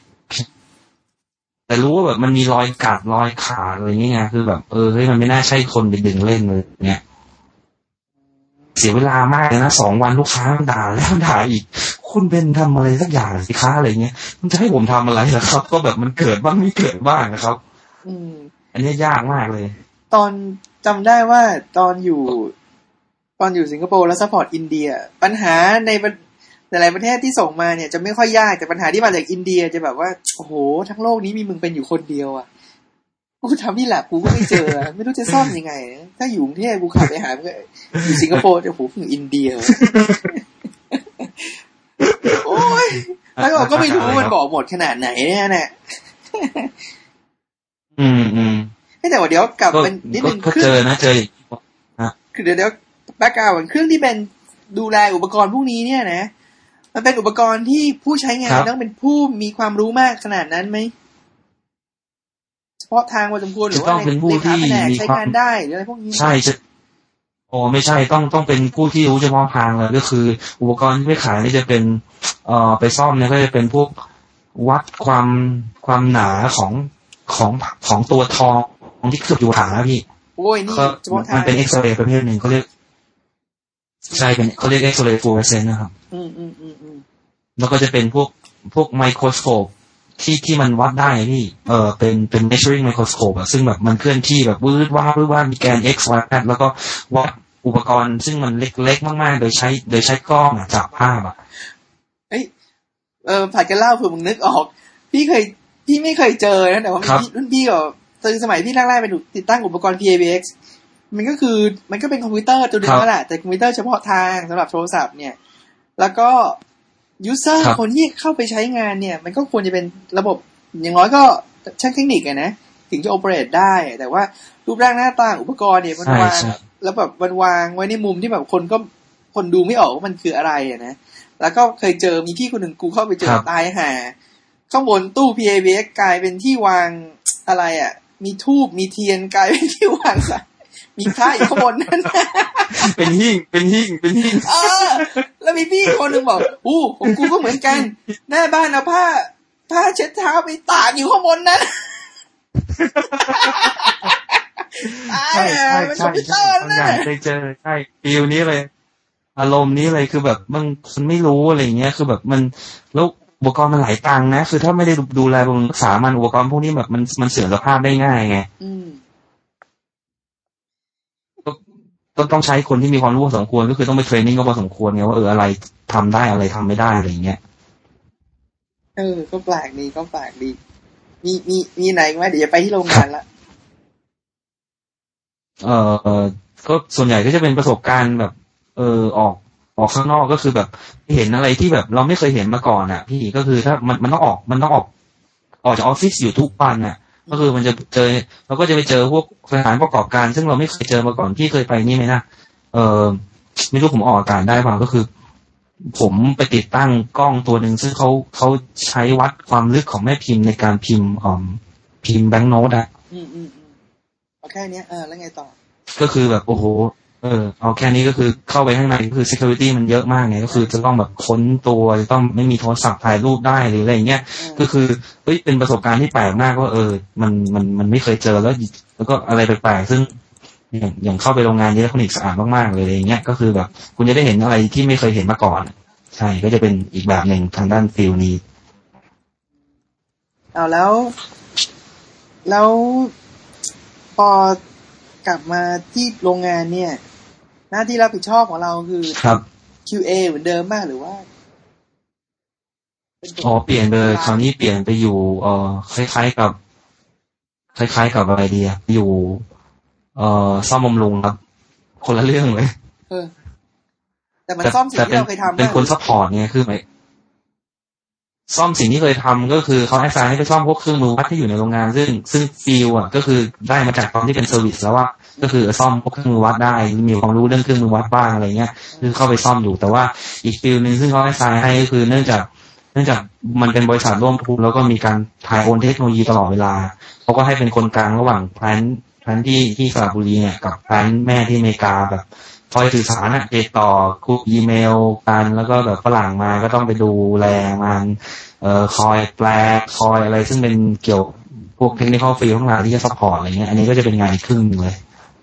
แต่รู้ว่าแบบมันมีรอยกัดรอยขาดอะไรเงี้ยคือแบบเออเฮ้ยมันไม่น่าใช่คนไปดึงเล่นเลยเนี่ยเสียเวลามากเลยนะสองวันลูกค้าด่าแล้วด่าอีกคุณเป็นทำอะไรสักอย่างสิค้าอะไรเงี้ยมันจะให้ผมทำอะไรล่ะครับก็แบบมันเกิดบ้างไม่เกิดบ้างนะครับอืมอันนี้ยากมากเลยตอนจำได้ว่าตอนอยู่ตอนอยู่สิงคโปร์แล้วซัพพอร์ตอินเดียปัญหาในหลายประเทศที่ส่งมาเนี่ยจะไม่ค่อยยากแต่ปัญหาที่มาจากอินเดียจะแบบว่าโอ้โหทั้งโลกนี้มีมึงเป็นอยู่คนเดียวอ่ะกูทำที่แลบกูก็ไม่เจอไม่รู้จะซ่อมยังไงถ้าอยู่กรุงเทพกูขับไปหามึงอยู่สิงคโปร์โอ้โหมึงอินเดียโอ้ยแล้วก็ไม่รู้มันบอกหมดขนาดไหนเนี่ยเนี่ยอืมอืมแต่ว่าเดี๋ยวกลับเป็นนิดนึงก็เจอนะเจอคือเดี๋ยวเดี๋ยวแบ็คกราวด์เครื่องที่เป็นดูแลอุปกรณ์พวกนี้เนี่ยนะมันเป็นอุปกรณ์ที่ผู้ใช้งานต้องเป็นผู้มีความรู้มากขนาดนั้นไหมเฉพาะทางพอสมควรหรือว่าในในทางแผนกใช้งานได้หรืออะไรพวกนี้ใช่จะโอ้ไม่ใช่ต้องต้องเป็นผู้ที่รู้เฉพาะทางเลยก็คืออุปกรณ์ที่ไม่ขายนี่จะเป็นเอ่อไปซ่อมเนี่ยก็จะเป็นพวกวัดความความหนาของของของตัวทองที่เคลือบอยู่ฐานนะพี่โอ้ยนี่มันเป็นเอ็กซเรย์ประเภทหนึ่งเขาเรียกใช่เป็นเขาเรียกเอ็กซเรย์ฟลูออเรสเซนต์นะครับอืมอืมอืมอืมแล้วก็จะเป็นพวกพวกไมโครสโคปที่ที่มันวัดได้พี่เออเป็นเป็น measuring microscope อ่ะซึ่งแบบมันเคลื่อนที่แบบวืดว้าววืดว้าวมีแกน x y แล้วก็วัดอุปกรณ์ซึ่งมันเล็กๆมากๆโดยใช้โดยใช้กล้องอ่ะจับภาพอ่ะเอ้ยเออผัดกันเล่าเผื่อมึงนึกออกพี่เคยพี่ไม่เคยเจอนะแต่ว่าพี่รุ่นพี่ก็ตื่นสมัยพี่แรกๆไปติดตั้งอุปกรณ์ พี เอ บี เอ็กซ์ มันก็คือมันก็เป็นคอมพิวเตอร์ตัวนึงนั่นแหละแต่คอมพิวเตอร์เฉพาะทางสำหรับโทรศัพท์เนี่ยแล้วก็ยูเซอร์คนที่เข้าไปใช้งานเนี่ยมันก็ควรจะเป็นระบบอย่างน้อยก็ช่างเทคนิคอะนะถึงจะโอเปเรตได้แต่ว่ารูปร่างหน้าตาอุปกรณ์เนี่ยมันวางแล้วแบบมันวางไว้ในมุมที่แบบคนก็คนดูไม่ออกว่ามันคืออะไรอะนะแล้วก็เคยเจอมีพี่คนหนึ่งกูเข้าไปเจอตายห่าข้างบนตู้ พี เอ บี เอ็กซ์ กลายเป็นที่วางอะไรอ่ะมีทูบมีเทียนกลายเป็นที่วางสายมีพระอยู่ข้างบนนั้นเป็นหิ้งเป็นหิ้งเป็นหิ้งเออแล้วมีพี่คนหนึ่งบอกอู้ของกูก็เหมือนกันหน้าบ้านเอาผ้าผ้าเช็ดเท้าไปตากอยู่ข้างบนนั้นใช่ใช่ใช่ใช่บางอย่างเคยเจอใช่ฟีลนี้เลยอารมณ์นี้เลยคือแบบมันมันไม่รู้อะไรเงี้ยคือแบบมันแล้วอุปกรณ์มันหลายตังค์นะคือถ้าไม่ได้ดูแลบำรุงรักษามันอุปกรณ์พวกนี้แบบมันมันเสื่อมสภาพได้ง่ายไงต้องต้องใช้คนที่มีความรู้พอสมควรก็คือต้องไปเทรนนิ่งก็พอสมควรไงว่าเอออะไรทำได้อะไรทำไม่ได้อะไรเงี้ยเออก็แปลกดีก็แปลกดีมีมีมีไหนไหมเดี๋ยวจะไปที่โรงงานละเออเออก็ส่วนใหญ่ก็จะเป็นประสบการณ์แบบเออออกออกข้างนอกก็คือแบบเห็นอะไรที่แบบเราไม่เคยเห็นมาก่อนอ่ะพี่ก็คือถ้ามันมันต้องออกมันต้องออกออกจากออฟฟิศอยู่ทุกวันน่ะก็คือมันจะเจอเราก็จะไปเจอพวกสถานประกอบการซึ่งเราไม่เคยเจอมาก่อนพี่เคยไปนี่ไหมนะเออไม่รู้ผมออกอากาศได้ป่ะก็คือผมไปติดตั้งกล้องตัวหนึ่งซึ่งเขาเขาใช้วัดความลึกของแม่พิมพ์ในการพิมพ์อ่อพิมพ์แบงก์โน้ตอ่ะอืมอืมอืมโอเคเนี้ยเออแล้วไงต่อก็คือแบบโอ้โหเออเอาแค่นี้ก็คือเข้าไปข้างในก็คือ security มันเยอะมากไงก็คือจะต้องแบบค้นตัวจะต้องไม่มีโทรศัพท์ถ่ายรูปได้หรืออะไรอย่างเงี้ยก็คือเฮ้ยเป็นประสบการณ์ที่แปลกมากว่าเออมันมันมันไม่เคยเจอแล้วแล้วก็อะไรแปลกๆซึ่งอย่างอย่างเข้าไปโรงงานอิเล็กทรอนิกส์สะอาดมากๆเลยอะไรอย่างเงี้ยก็คือแบบคุณจะได้เห็นอะไรที่ไม่เคยเห็นมาก่อนใช่ก็จะเป็นอีกแบบหนึ่งทางด้านฟิลนี้เอาแล้วแล้วพอกลับมาที่โรงงานเนี่ยหน้าที่รับผิดชอบของเราคือครับคิว เอ เหมือนเดิมมากหรือว่าอ๋อเปลี่ยนเลยคราวนี้เปลี่ยนไปอยู่เอ่อคล้ายๆกับคล้ายๆกับอะไรดีอ่ะอยู่เอ่อซ่อมบำรุงครับคนละเรื่องเลยเออแต่มันซ่อมสิ่งที่เราเคยทำเป็นคนซัพพอร์ตไงคือหมายซ่อมสิ่งที่เคยทำก็คือเขาแอสไซน์ให้ไปซ่อมพวกเครื่องมือวัดที่อยู่ในโรงงานซึ่งซึ่งฟิลอ่ะก็คือได้มาจากตอนที่เป็นเซอร์วิสแล้วว่าก็คือซ่อมพวกเครื่องมือวัดได้มีความรู้เรื่องเครื่องมือวัดบ้างอะไรเงี้ยคือเข้าไปซ่อมอยู่แต่ว่าอีกฟิลนึงซึ่งเขาแอสไซน์ให้ก็คือเนื่องจากเนื่องจากมันเป็นบริษัทร่วมทุนแล้วก็มีการถ่ายโอนเทคโนโลยีตลอดเวลาเขาก็ให้เป็นคนกลางระหว่างแพลนแพลนที่ที่สระบุรีเนี่ยกับแพลนแม่ที่อเมริกาแบบคอยสื่อสารอะติดต่อคุยอีเมลกันแล้วก็แบบฝรั่งมาก็ต้องไปดูแลมันเอ่อคอยแปลคอยอะไรซึ่งเป็นเกี่ยวพวกเทคนิคอลฟิลทั้งหลายที่จะซัพพอร์ตอะไรเงี้ยอันนี้ก็จะเป็นงานครึ่งนึงเลย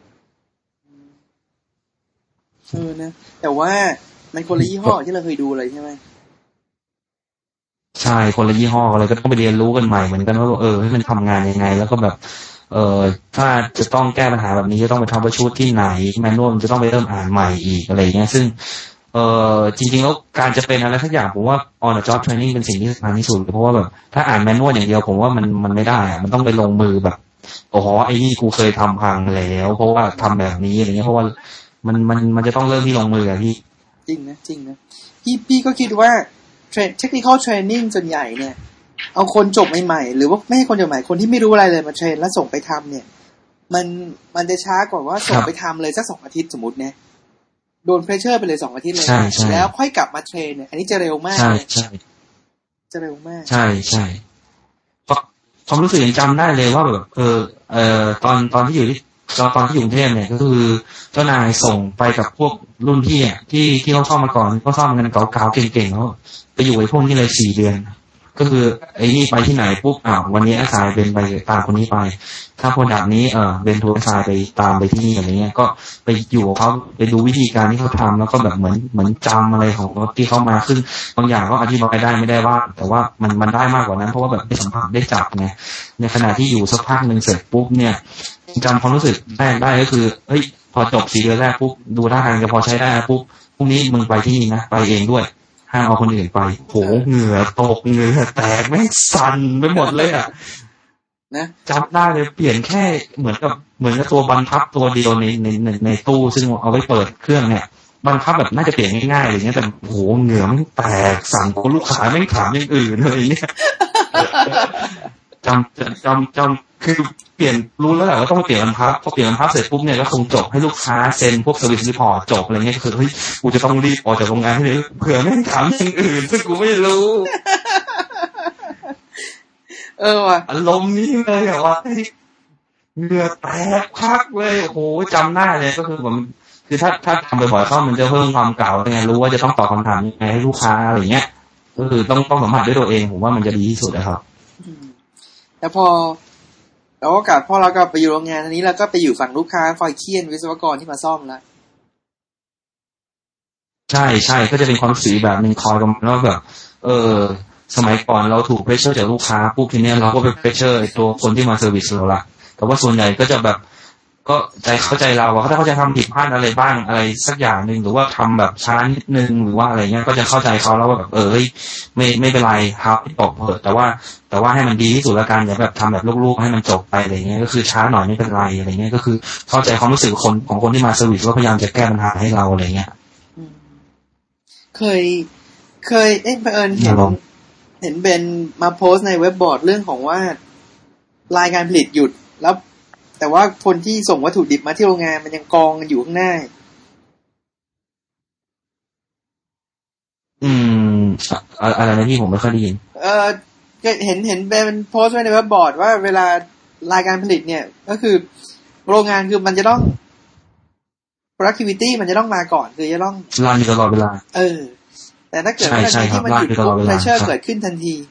เออนะแต่ว่ามันคนละยี่ห้อที่เราเคยดูเลยใช่ไหมใช่คนละยี่ห้ออะไรก็ต้องไปเรียนรู้กันใหม่เหมือนกันว่าเออให้มันทำงานยังไงแล้วก็แบบเอ่อถ้าจะต้องแก้ปัญหาแบบนี้จะต้องไปทำประชุดที่ไหนแมนนวลจะต้องไปเริ่มอ่านใหม่อีกอะไรเงี้ยซึ่งเอ่อจริงๆแล้วการจะเป็นอะไรสักอย่างผมว่า on the job training เป็นสิ่งที่สำคัญที่สุดเพราะว่าแบบถ้าอ่านแมนนวลอย่างเดียวผมว่ามันมันไม่ได้อะมันต้องไปลงมือแบบโอ้โหไอ้นี่กูเคยทำพังแล้วเพราะว่าทำแบบนี้อะไรเงี้ยเพราะว่ามันมันมันจะต้องเริ่มที่ลงมืออะพี่จริงนะจริงนะพี่พี่ก็คิดว่าเทรน technical training ส่วนใหญ่เนี่ยเอาคนจบใหม่ๆหรือว่าไม่ให้คนจบใหม่คนที่ไม่รู้อะไรเลยมาเทรนแล้วส่งไปทำเนี่ยมันมันจะช้ากว่าว่าส่งไปทำเลยสักสองอาทิตย์สมมติเนี่ยโดนเพรสเชอร์ไปเลยสองอาทิตย์เลยแล้วค่อยกลับมาเทรนเนี่ยอันนี้จะเร็วมากใช่ใช่จะเร็วมากใช่ใช่ความรู้สึกยังจำได้เลยว่าแบบเออเอ่อตอนตอนที่อยู่ที่ตอนที่อยู่กรุงเทพเนี่ยก็คือเจ้านายส่งไปกับพวกรุ่นพี่อ่ะที่ที่เขาซ่อมมาก่อนเขาซ่อมกันเก่าๆเก่งๆเขาไปอยู่ไอ้พวกนี้เลยสี่เดือนก็คือไอ้นี่ไปที่ไหนปุ๊บอ้าววันนี้อาสายเป็นไปตามคนนี้ไปถ้าคนดับนี้เออเป็นทัวร์อาสายไปตามไปที่นี่อะไรเงี้ยก็ไปอยู่กับเขาไปดูวิธีการที่เขาทำแล้วก็แบบเหมือนเหมือนจำอะไรของที่เขามาซึ่งบางอย่างก็อธิบายได้ไม่ได้ว่าแต่ว่ามันมันได้มากกว่านั้นเพราะว่าแบบได้สัมผัสได้จับไงในขณะที่อยู่สักพักหนึ่งเสร็จปุ๊บเนี่ยจำความรู้สึกแรกได้ก็คือเฮ้ยพอจบสี่เดือนแรกปุ๊บดูท่าทางจะพอใช้ได้ปุ๊บพรุ่งนี้มึงไปที่นี่นะไปเองด้วยห้ามเอาคนอื่นไปโหเหงื่อตกเหงื่อแตกแม่งสั่นไปหมดเลยอ่ะนะจำได้เลยเปลี่ยนแค่เหมือนกับเหมือนกับตัวบังคับตัวเดียวในในในในตู้ซึ่งเอาไว้เปิดเครื่องเนี่ยบังคับแบบน่าจะเปลี่ยนง่ายๆอะไรเงี้ยแต่โหเหงื่อมันแตกสั่นคนลูกค้าไม่ถามอย่างอื่นอะไรเงี้ยจำจำจำคือเปลี่ยนรู้แล้วแหละว่าต้องเปลี่ยนบังคับพอเปลี่ยนบังคับเสร็จปุ๊บเนี่ยก็คงจบให้ลูกค้าเซ็นพวกเซอร์วิสรีพอร์ตจบอะไรเงี้ยคือเฮ้ยกูจะต้องรีบออกจากโรงงานให้เลยเผื่อไม่ถามอย่างอื่นซึ่งกูไม่รู้เออว่ะอารมณ์นี้เลยอะว่าเหงื่อแตกพักเลยโอ้โหจำได้เลยก็คือผมคือถ้าถ้าทำบ่อยๆเข้ามันจะเพิ่มความเก่าไงรู้ว่าจะต้องตอบคำถามยังไงให้ลูกค้าอะไรเงี้ยก็คือต้องต้องสัมผัสด้วยตัวเองผมว่ามันจะดีที่สุดนะครับแล้วพอแล้วโอกาสพอเราก็ไปอยู่โรงงานอันนี้เราก็ไปอยู่ฝั่งลูกค้าคอยเคี่ยนวิศวกรที่มาซ่อมแล้วใช่ใช่ก็จะเป็นความรู้สึกแบบนึงคอยกันแล้วแบบเออสมัยก่อนเราถูกเพรสเชอร์จากลูกค้าปุ๊บทีเนี้ยเราก็ไปเพรสเชอร์ตัวคนที่มาเซอร์วิสเราละแต่ว่าส่วนใหญ่ก็จะแบบก็ใจเข้าใจเราว่าถ้าเขาจะทำผิดพลาดอะไรบ้างอะไรสักอย่างนึงหรือว่าทำแบบช้านิดนึงหรือว่าอะไรเงี้ยก็จะเข้าใจเขาแล้วว่าแบบเออไม่ไม่เป็นไรครับตกเถอะแต่ว่าแต่ว่าให้มันดีที่สุดละกันอย่าแบบทำแบบลูกๆให้มันจบไปอะไรเงี้ยก็คือช้าหน่อยไม่เป็นไรอะไรเงี้ยก็คือเข้าใจความรู้สึกคนของคนที่มาเซอร์วิสว่าพยายามจะแก้ปัญหาให้เราอะไรเงี้ยเคยเคยเอ๊ะเผอิญเห็นเห็นเบนมาโพสในเว็บบอร์ดเรื่องของว่ารายการผลิตหยุดแล้วแต่ว่าคนที่ส่งวัตถุดิบมาที่โรงงานมันยังกองกันอยู่ข้างหน้าอืมอะไรนะพี่ผมไม่ค่อยได้ยินเออเห็นเห็นเป็นโพสต์ไว้ในเว็บบอร์ดว่าเวลารายการผลิตเนี่ยก็คือโรงงานคือมันจะต้อง productivity มันจะต้องมาก่อนคือจะต้องรันอยู่ตลอดเวลาเออแต่ถ้าเกิดว่าที่มันหยุดปุ๊บ pressure เกิดขึ้นทันที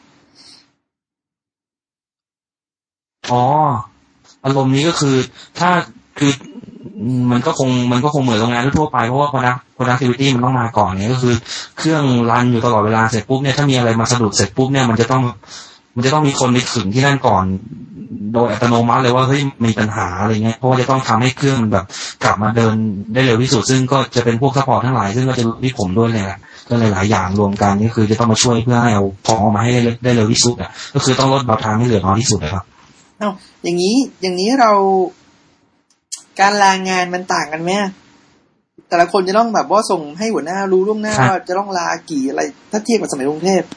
อ๋ออารมณ์นี้ก็คือถ้าคือมันก็คงมันก็คงเหมือนโรงงานทั่วไปเพราะว่า productivity มันต้องมาก่อนเนี่ยก็คือเครื่องรันอยู่ตลอดเวลาเสร็จปุ๊บเนี่ยถ้ามีอะไรมาสะดุดเสร็จปุ๊บเนี่ยมันจะต้องมันจะต้องมีคนไปขึงที่นั่นก่อนโดยอัตโนมัติเลยว่าเฮ้ยมีปัญหาอะไรเงี้ยเพราะว่าจะต้องทำให้เครื่องแบบกลับมาเดินได้เร็วที่สุดซึ่งก็จะเป็นพวกซัพพอร์ตทั้งหลายซึ่งก็จะที่ผมด้วยเลยแหละก็หลายๆอย่างรวมกันนี่คือจะต้องมาช่วยเพื่อให้เอาของออกมาให้ได้เร็วที่สุดอ่ะก็คือต้องลดเบาทางให้เหลือน้อยที่สุดเลยครับเอ้าอย่างนี้อย่างนี้เราการลางานมันต่างกันไหมแต่ละคนจะต้องแบบว่าส่งให้หัวหน้ารู้ล่วงหน้าว่าจะต้องลากี่อะไรถ้าเทียบกับสมัยกรุงเทพ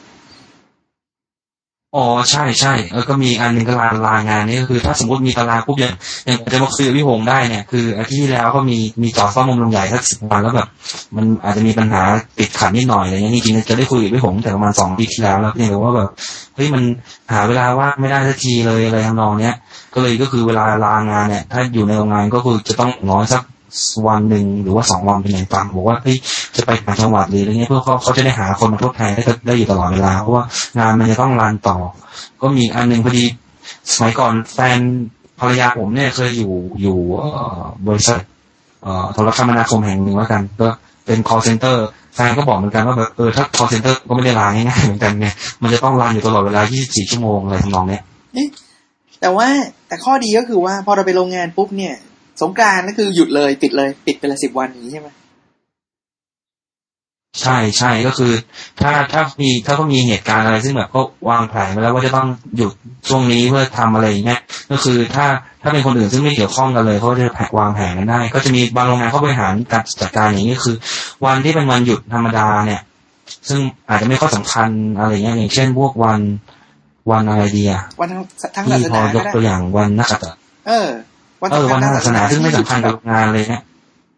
อ๋อใช่ใช่แล้วก็มีอันนึงก็ลาลางานนี่ก็คือถ้าสมมติมีตารางปุ๊บอย่างอย่างจะมาคุยกับพี่หงได้เนี่ยคืออาทิตย์ที่แล้วก็มีมีจอดซ่อมบำรุงใหญ่สักสิบวันแล้วแบบมันอาจจะมีปัญหาติดขัดนิดหน่อยอะไรเงี้ยจริงๆจะได้คุยกับพี่หงแต่ประมาณสองปีที่แล้วแล้วเนี่ยรู้ว่าแบบเฮ้ยมันหาเวลาว่างไม่ได้สักทีเลยอะไรทำนองเนี้ยก็เลยก็คือเวลาลางานเนี่ยถ้าอยู่ในโรงงานก็คือจะต้องน้อยสักวันหนึ่งหรือว่าสองวันเป็นอย่างต่ำบอกว่าเฮ้ยจะไปต่างจังหวัดหรืออะไรเงี้ยเพื่อเขาเขาจะได้หาคนมาทดแทนได้ได้อยู่ตลอดเวลาเพราะว่างานมันจะต้องรันต่อก็มีอันนึงพอดีสมัยก่อนแฟนภรรยาผมเนี่ยเคยอยู่อยู่บริษัทโทรคมนาคมแห่งหนึ่งแล้วกันก็เป็น call center แฟนก็บอกเหมือนกันว่าแบบเออถ้า call center ก็ไม่ได้ลาง่ายๆเหมือนกันไงมันจะต้องรันอยู่ตลอดเวลายี่สิบสี่ชั่วโมงอะไรทำนองเนี้ยแต่ว่าแต่ข้อดีก็คือว่าพอเราไปโรงงานปุ๊บเนี่ยสงกรานต์ก็คือหยุดเลยปิดเลยปิดไปละสิบวันอย่างนี้ใช่ไหมใช่ใช่ก็คือถ้าถ้ามีถ้าก็มีเหตุการณ์อะไรซึ่งแบบก็วางแผนไว้แล้วว่าจะต้องหยุดช่วงนี้เพื่อทำอะไรอย่างเงี้ยก็คือถ้าถ้าเป็นคนอื่นซึ่งไม่เกี่ยวข้องกันเลยเขาจะวางแผนกันได้ก็จะมีบางโรงงานเขาบริหารการจัดการอย่างนี้คือวันที่เป็นวันหยุดธรรมดาเนี่ยซึ่งอาจจะไม่ค่อยสำคัญอะไรเงี้ยอย่างเช่นพวกวันวันอะไรดีอะวันทั้งศาสนาพอยกตัวอย่างวันนักขัตฤกษ์เออเออวันทางศาสนาซึ่งไม่สำคัญกับงานเลยเนี่ย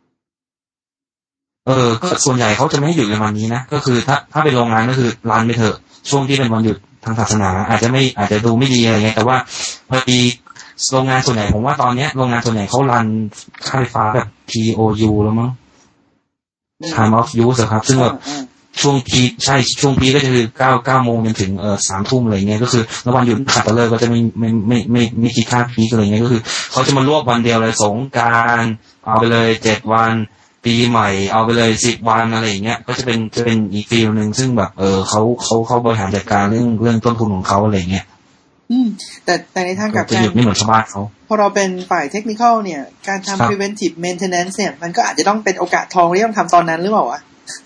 เออก็ส่วนใหญ่เขาจะไม่ให้หยุดในวันนี้นะก็คือถ้าถ้าเป็นโรงงานก็คือรันไปเถอะช่วงที่เป็นวันหยุดทางศาสนาอาจจะไม่อาจจะดูไม่ดีอะไรเงี้ยแต่ว่าพอดีโรงงานส่วนใหญ่ผมว่าตอนนี้โรงงานส่วนใหญ่เขารันค่าไฟฟ้าแบบ ที โอ ยู แล้วมั้ง time of use ครับซึ่งแบบช่วงพีใช่ช่วงพีก็จะคือเก้าเก้าโมงจนถึงเอ่อสามทุ่มอะไรเงี้ยก็คือแล้ววันหยุดขัดตะเลิกก็จะไม่ไม่ไม่ไม่ไม่คิดค่าพีอะไรเงี้ยก็คือเขาจะมารวบวันเดียวเลยสงกรานต์เอาไปเลยเจ็ดวันปีใหม่เอาไปเลยสิบวันอะไรอย่างเงี้ยก็จะเป็นจะเป็นอีกฟีลนึงซึ่งแบบเออเขาเขาเขาบริหารจัดการเรื่องเรื่องต้นทุนของเขาอะไรเงี้ยอืมแต่แต่ในทางกลับกันจะหยุดไม่เหมือนชาวบ้านเขาพอเราเป็นฝ่ายเทคนิคอลเนี่ยการทำ preventive maintenance เนี่ยมันก็อาจจะต้องเป็นโอกาสทองที่ต้องทำตอนนั้นหรือเปล่าวะ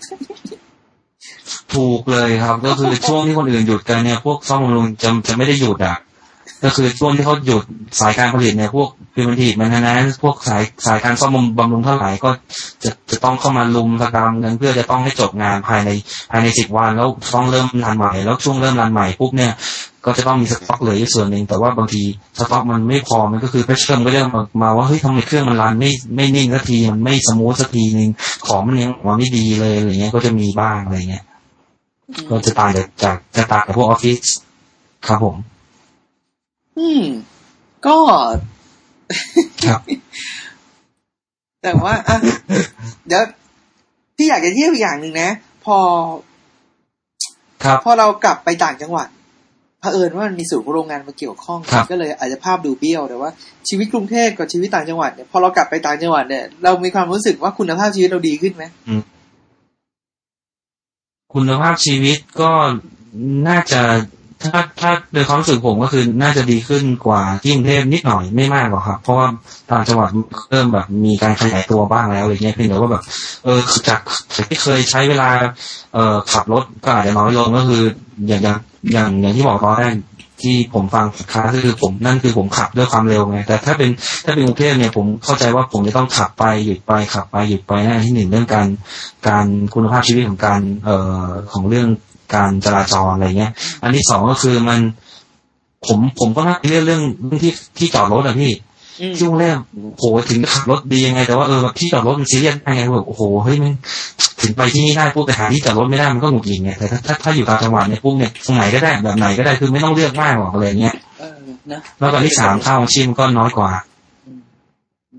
ถูกเลยครับก็คือช่วงที่คนอื่นหยุดกันเนี่ยพวกซ่อมบำรุงจะจะไม่ได้หยุดอ่ะก็คือช่วงที่เขาหยุดสายการผลิตเนี่ยพวก preventive maintenance พวกสายสายการซ่อมบำรุงเท่าไหร่ก็จะจะต้องเข้ามาลุมสกรรมกันเพื่อจะต้องให้จบงานภายในภายในสิบวันแล้วต้องเริ่มรันใหม่แล้วช่วงเริ่มรันใหม่ปุ๊บเนี่ยก็จะต้องมีสต็อกเหลืออยู่ส่วนหนึ่งแต่ว่าบางทีสต็อกมันไม่พอมันก็คือเพชเชอร์มันก็จะมามาว่าเฮ้ยทำไมเครื่องมันรันไม่ไม่นิ่งสักทีมันไม่สมูทสักทีนึงของมันยังมันไม่ดีเลยอะไรเงี้ยก็จะมีบ้างอะไรเงี้ยก็จะต่างจากจากจะต่างกับพวกออฟฟิศครับผมอืมก็ครับแต่ว่าอ่ะเดี๋ยวพี่อยากจะเทียบอีกอย่างหนึ่งนะพอครับพอเรากลับไปต่างจังหวัดเผอิญว่ามันมีสูตรโรงงานมาเกี่ยวข้องก็เลยอาจจะภาพดูเบี้ยวแต่ว่าชีวิตกรุงเทพกับชีวิตต่างจังหวัดเนี่ยพอเรากลับไปต่างจังหวัดเนี่ยเรามีความรู้สึกว่าคุณภาพชีวิตเราดีขึ้นไหมคุณภาพชีวิตก็น่าจะถ้าถ้าโดยความรู้สึกผมก็คือน่าจะดีขึ้นกว่าที่กรุงเทพนิดหน่อยไม่มากหรอกครับเพราะว่าต่างจังหวัดเริ่มแบบมีการขยายตัวบ้างแล้วอะไรเงี้ยเพียงแต่ว่าแบบเออจากที่เคยใช้เวลาเอ่อขับรถก็อาจจะน้อยลงก็คืออย่างอย่างอย่างอย่างที่บอกตอนแรกที่ผมฟังคาคือผมนั่นคือผมขับด้วยความเร็วไงแต่ถ้าเป็นถ้าเป็นกรุงเทพเนี่ยผมเข้าใจว่าผมจะต้องขับไปหยุดไปขับไปหยุดไปนั่นที่หนึ่งเรื่องการการคุณภาพชีวิตของการเอ่อของเรื่องการจราจรอะไรเงี้ยอันที่สองก็คือมันผมผมก็น่าเรื่องเรื่องเรื่องที่ที่จอดรถอะพี่ช่วงแรกโหถึงขับรถดียังไงแต่ว่าเออที่จอดรถมันซีเรียสยังไงแบบโอ้โหเฮ้ยมันถึงไปที่นี่ได้ปุ๊บแต่หาที่จอดรถไม่ได้มันก็หงุดหงิดไงแต่ถ้าถ้าถ้าอยู่ต่างจังหวัดเนี่ยปุ๊บเนี่ยตรงไหนก็ได้แบบไหนก็ได้คือไม่ต้องเลือกมากหรอกอะไรเงี้ยแล้วก็ที่สามค่าของชีพมันก็น้อยกว่า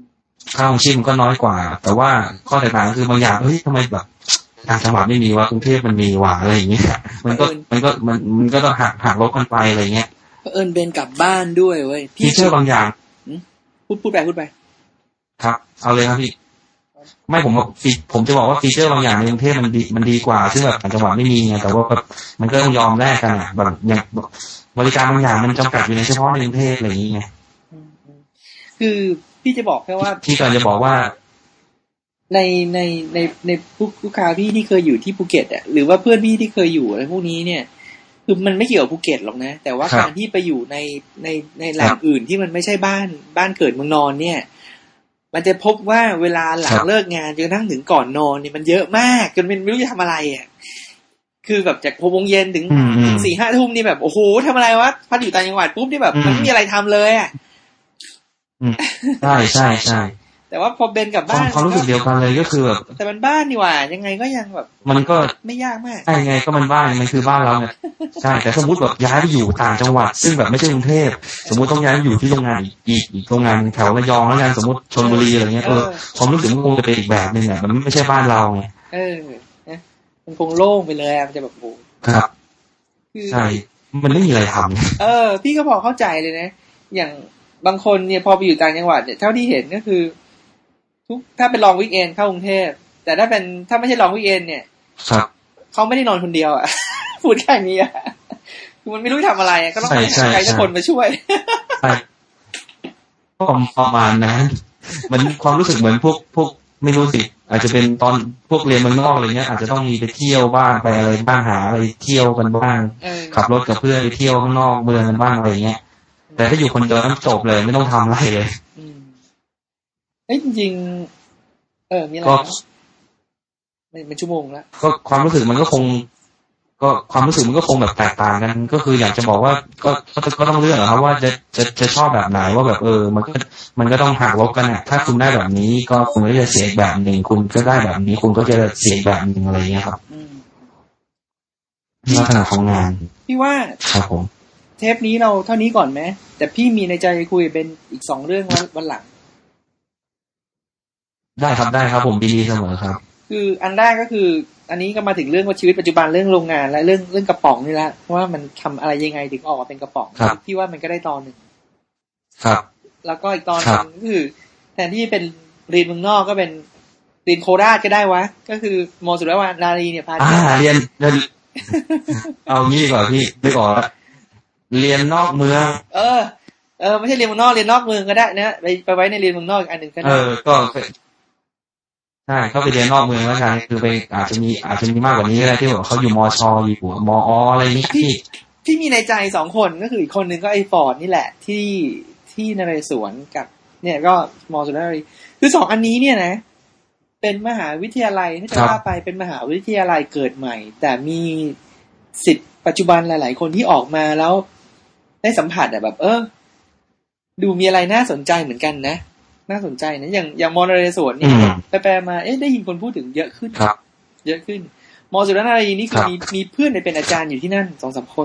ค่าของชีพมันก็น้อยกว่าแต่ว่าข้อแตกต่างคือบางอย่างเฮ้ยทำไมแบบต่างจังหวัดไม่มีวะกรุงเทพมันมีว่ะอะไรอย่างเงี้ยมันก็มันก็มันมันก็ต้องหักหักลบกันไปอะไรเงี้ยเอิญเบนกลับบ้านด้วยเว้ยฟีเจอร์บางอย่างพูดพูดไปพูดไปครับเอาเลยครับพี่ไม่ผมผมจะบอกว่าฟีเจอร์บางอย่างในกรุงเทพมันดีมันดีกว่าซึ่งแบบต่างจังหวัดไม่มีไงแต่ว่าแบบมันก็ต้องยอมแลกกันอ่ะแบบอย่างบริการบางอย่างมันจำกัดอยู่ในเฉพาะในกรุงเทพอะไรอย่างเงี้ยคือพี่จะบอกแค่ว่าพี่กำลังจะบอกว่าในในในในลูกค้าพี่ที่เคยอยู่ที่ภูเก็ตอ่ะหรือว่าเพื่อนพี่ที่เคยอยู่อะไรพวกนี้เนี่ยคือมันไม่เกี่ยวกับภูเก็ตหรอกนะแต่ว่าการที่ไปอยู่ในในในแหล่งอื่นที่มันไม่ใช่บ้านบ้านเกิดเมืองนอนเนี่ยมันจะพบว่าเวลาหลังเลิกงานจนกระทั่งถึงก่อนนอนเนี่ยมันเยอะมากจนมันไม่รู้จะทำอะไรอ่ะคือแบบจากหกโมงเย็นถึงถึงสี่ห้าทุ่มนี่แบบโอ้โหทำอะไรวะพัดอยู่ต่างจังหวัดปุ๊บนี่แบบมันไม่มีอะไรทำเลยอ่ะใช่ใช่ใช่แต่ว่าพอเบนกับบ้านความรู้สึกเดียวกันเลยก็คือแบบแต่มันบ้านนี่หว่ายังไงก็ยังแบบมันก็ไม่ยากมากใช่ไงก็มันบ้านมันคือบ้านเราไงใช่แต่สมมติแบบย้ายไปอยู่ต่างจังหวัดซึ่งแบบไม่ใช่กรุงเทพสมมติต้องย้ายไปอยู่ที่โรงงานอีกอีกโรงงานแถวระยองแล้วกันสมมติชลบุรีอะไรเงี้ยเออความรู้สึกมันคงจะเป็นอีกแบบนึงอ่ะมันไม่ใช่บ้านเราไงเออมันคงโล่งไปเลยมันจะแบบโอ้ครับใช่มันไม่มีอะไรทำเออพี่ก็พอเข้าใจเลยนะอย่างบางคนเนี่ยพอไปอยู่ต่างจังหวัดเนี่ยเท่าที่เห็นก็คือทุกถ้าเป็นลองวีคเอนด์เข้ากรุงเทพแต่ถ้าเป็นถ้าไม่ใช่ลองวีคเอนด์เนี่ยครับเขาไม่ได้นอนคนเดียวอ่ะพูดแค่นี้อ่ะคือมันไม่รู้ทำอะไรก็ต้องให้ใครสักคนมาช่วยใช่ประมาณนั้นมันความรู้สึกเหมือนพวกพวกไม่รู้สิอาจจะเป็นตอนพวกเรียนเมืองนอกอะไรเงี้ยอาจจะต้องมีไปเที่ยวบ้างไปอะไรบ้างหาอะไรเที่ยวกันบ้างขับรถกับเพื่อนไปเที่ยวข้างนอกเมืองกันบ้างอะไรเงี้ยแต่ถ้าอยู่คนเดียวต้องจบเลยไม่ต้องทำอะไรเลยเอ้ยจริงๆเออมีอะไรไม่เป็นชั่วโมงแล้วก็ความรู้สึกมันก็คงก็ความรู้สึกมันก็คงแบบแตกต่างกันก็คืออยากจะบอกว่าก็ก็ต้องเลือกครับว่าจะจะจะชอบแบบไหนว่าแบบเออมันก็มันก็ต้องหักลบกันอ่ะถ้าคุณได้แบบนี้ก็คุณก็จะเสียแบบนึงคุณก็ได้แบบนี้คุณก็จะเสียแบบนึงอะไรเงี้ยครับลักษณะของงานพี่ว่าครับผมเทปนี้เราเท่านี้ก่อนไหมแต่พี่มีในใจคุยเป็นอีกสองเรื่องวันวันหลังได้ครับได้ครับผมดีเสมอครับคืออันแรกก็คืออันนี้ก็มาถึงเรื่องว่าชีวิตปัจจุบันเรื่องโรงงานและเรื่องเรื่องกระป๋องนี่ละว่ามันทำอะไรยังไงถึงออกมาเป็นกระป๋องพี่ว่ามันก็ได้ตอนหนึ่งครับแล้วก็อีกตอนนึงก็คือแทนที่เป็นเรียนเมืองนอกก็เป็นเรียนโคราชก็ได้วะก็คือมอสุรวานารีเนี่ยพาอ่าเรียนเรียนเอางี้ก่อนพี่ไม่ก่อนเรียนนอกเมืองเออเออไม่ใช่เรียนเมืองนอกเรียนนอกเมืองก็ได้นะไปไปไว้ในเรียนเมืองนอกอีกอันหนึ่งก็ได้เออก็ใช่เขาไปเรียนนอกเมืองแล้วกันคือไปอาจจะมีอาจจะมีมากกว่านี้ก็ได้ที่แบบเขาอยู่มอชออยู่มออะไรนี้ที่ที่มีในใจสองคนก็คืออีกคนนึงก็ไอ้ฟอร์ดนี่แหละที่ที่นเรศวรกับเนี่ยก็มอสุรนารีคือสองอันนี้เนี่ยนะเป็นมหาวิทยาลัยถ้าจะว่าไปเป็นมหาวิทยาลัยเกิดใหม่แต่มีศิษย์ปัจจุบันหลายๆคนที่ออกมาแล้วได้สัมผัสอะแบบเออดูมีอะไรน่าสนใจเหมือนกันนะน่าสนใจนะอย่างอย่างมอสุรนารีนี่แปลมาเอ๊ะได้ยินคนพูดถึงเยอะขึ้นเยอะขึ้นมอสุรนารีนี่คือมีมีเพื่อนเป็นอาจารย์อยู่ที่นั่นสองสามคน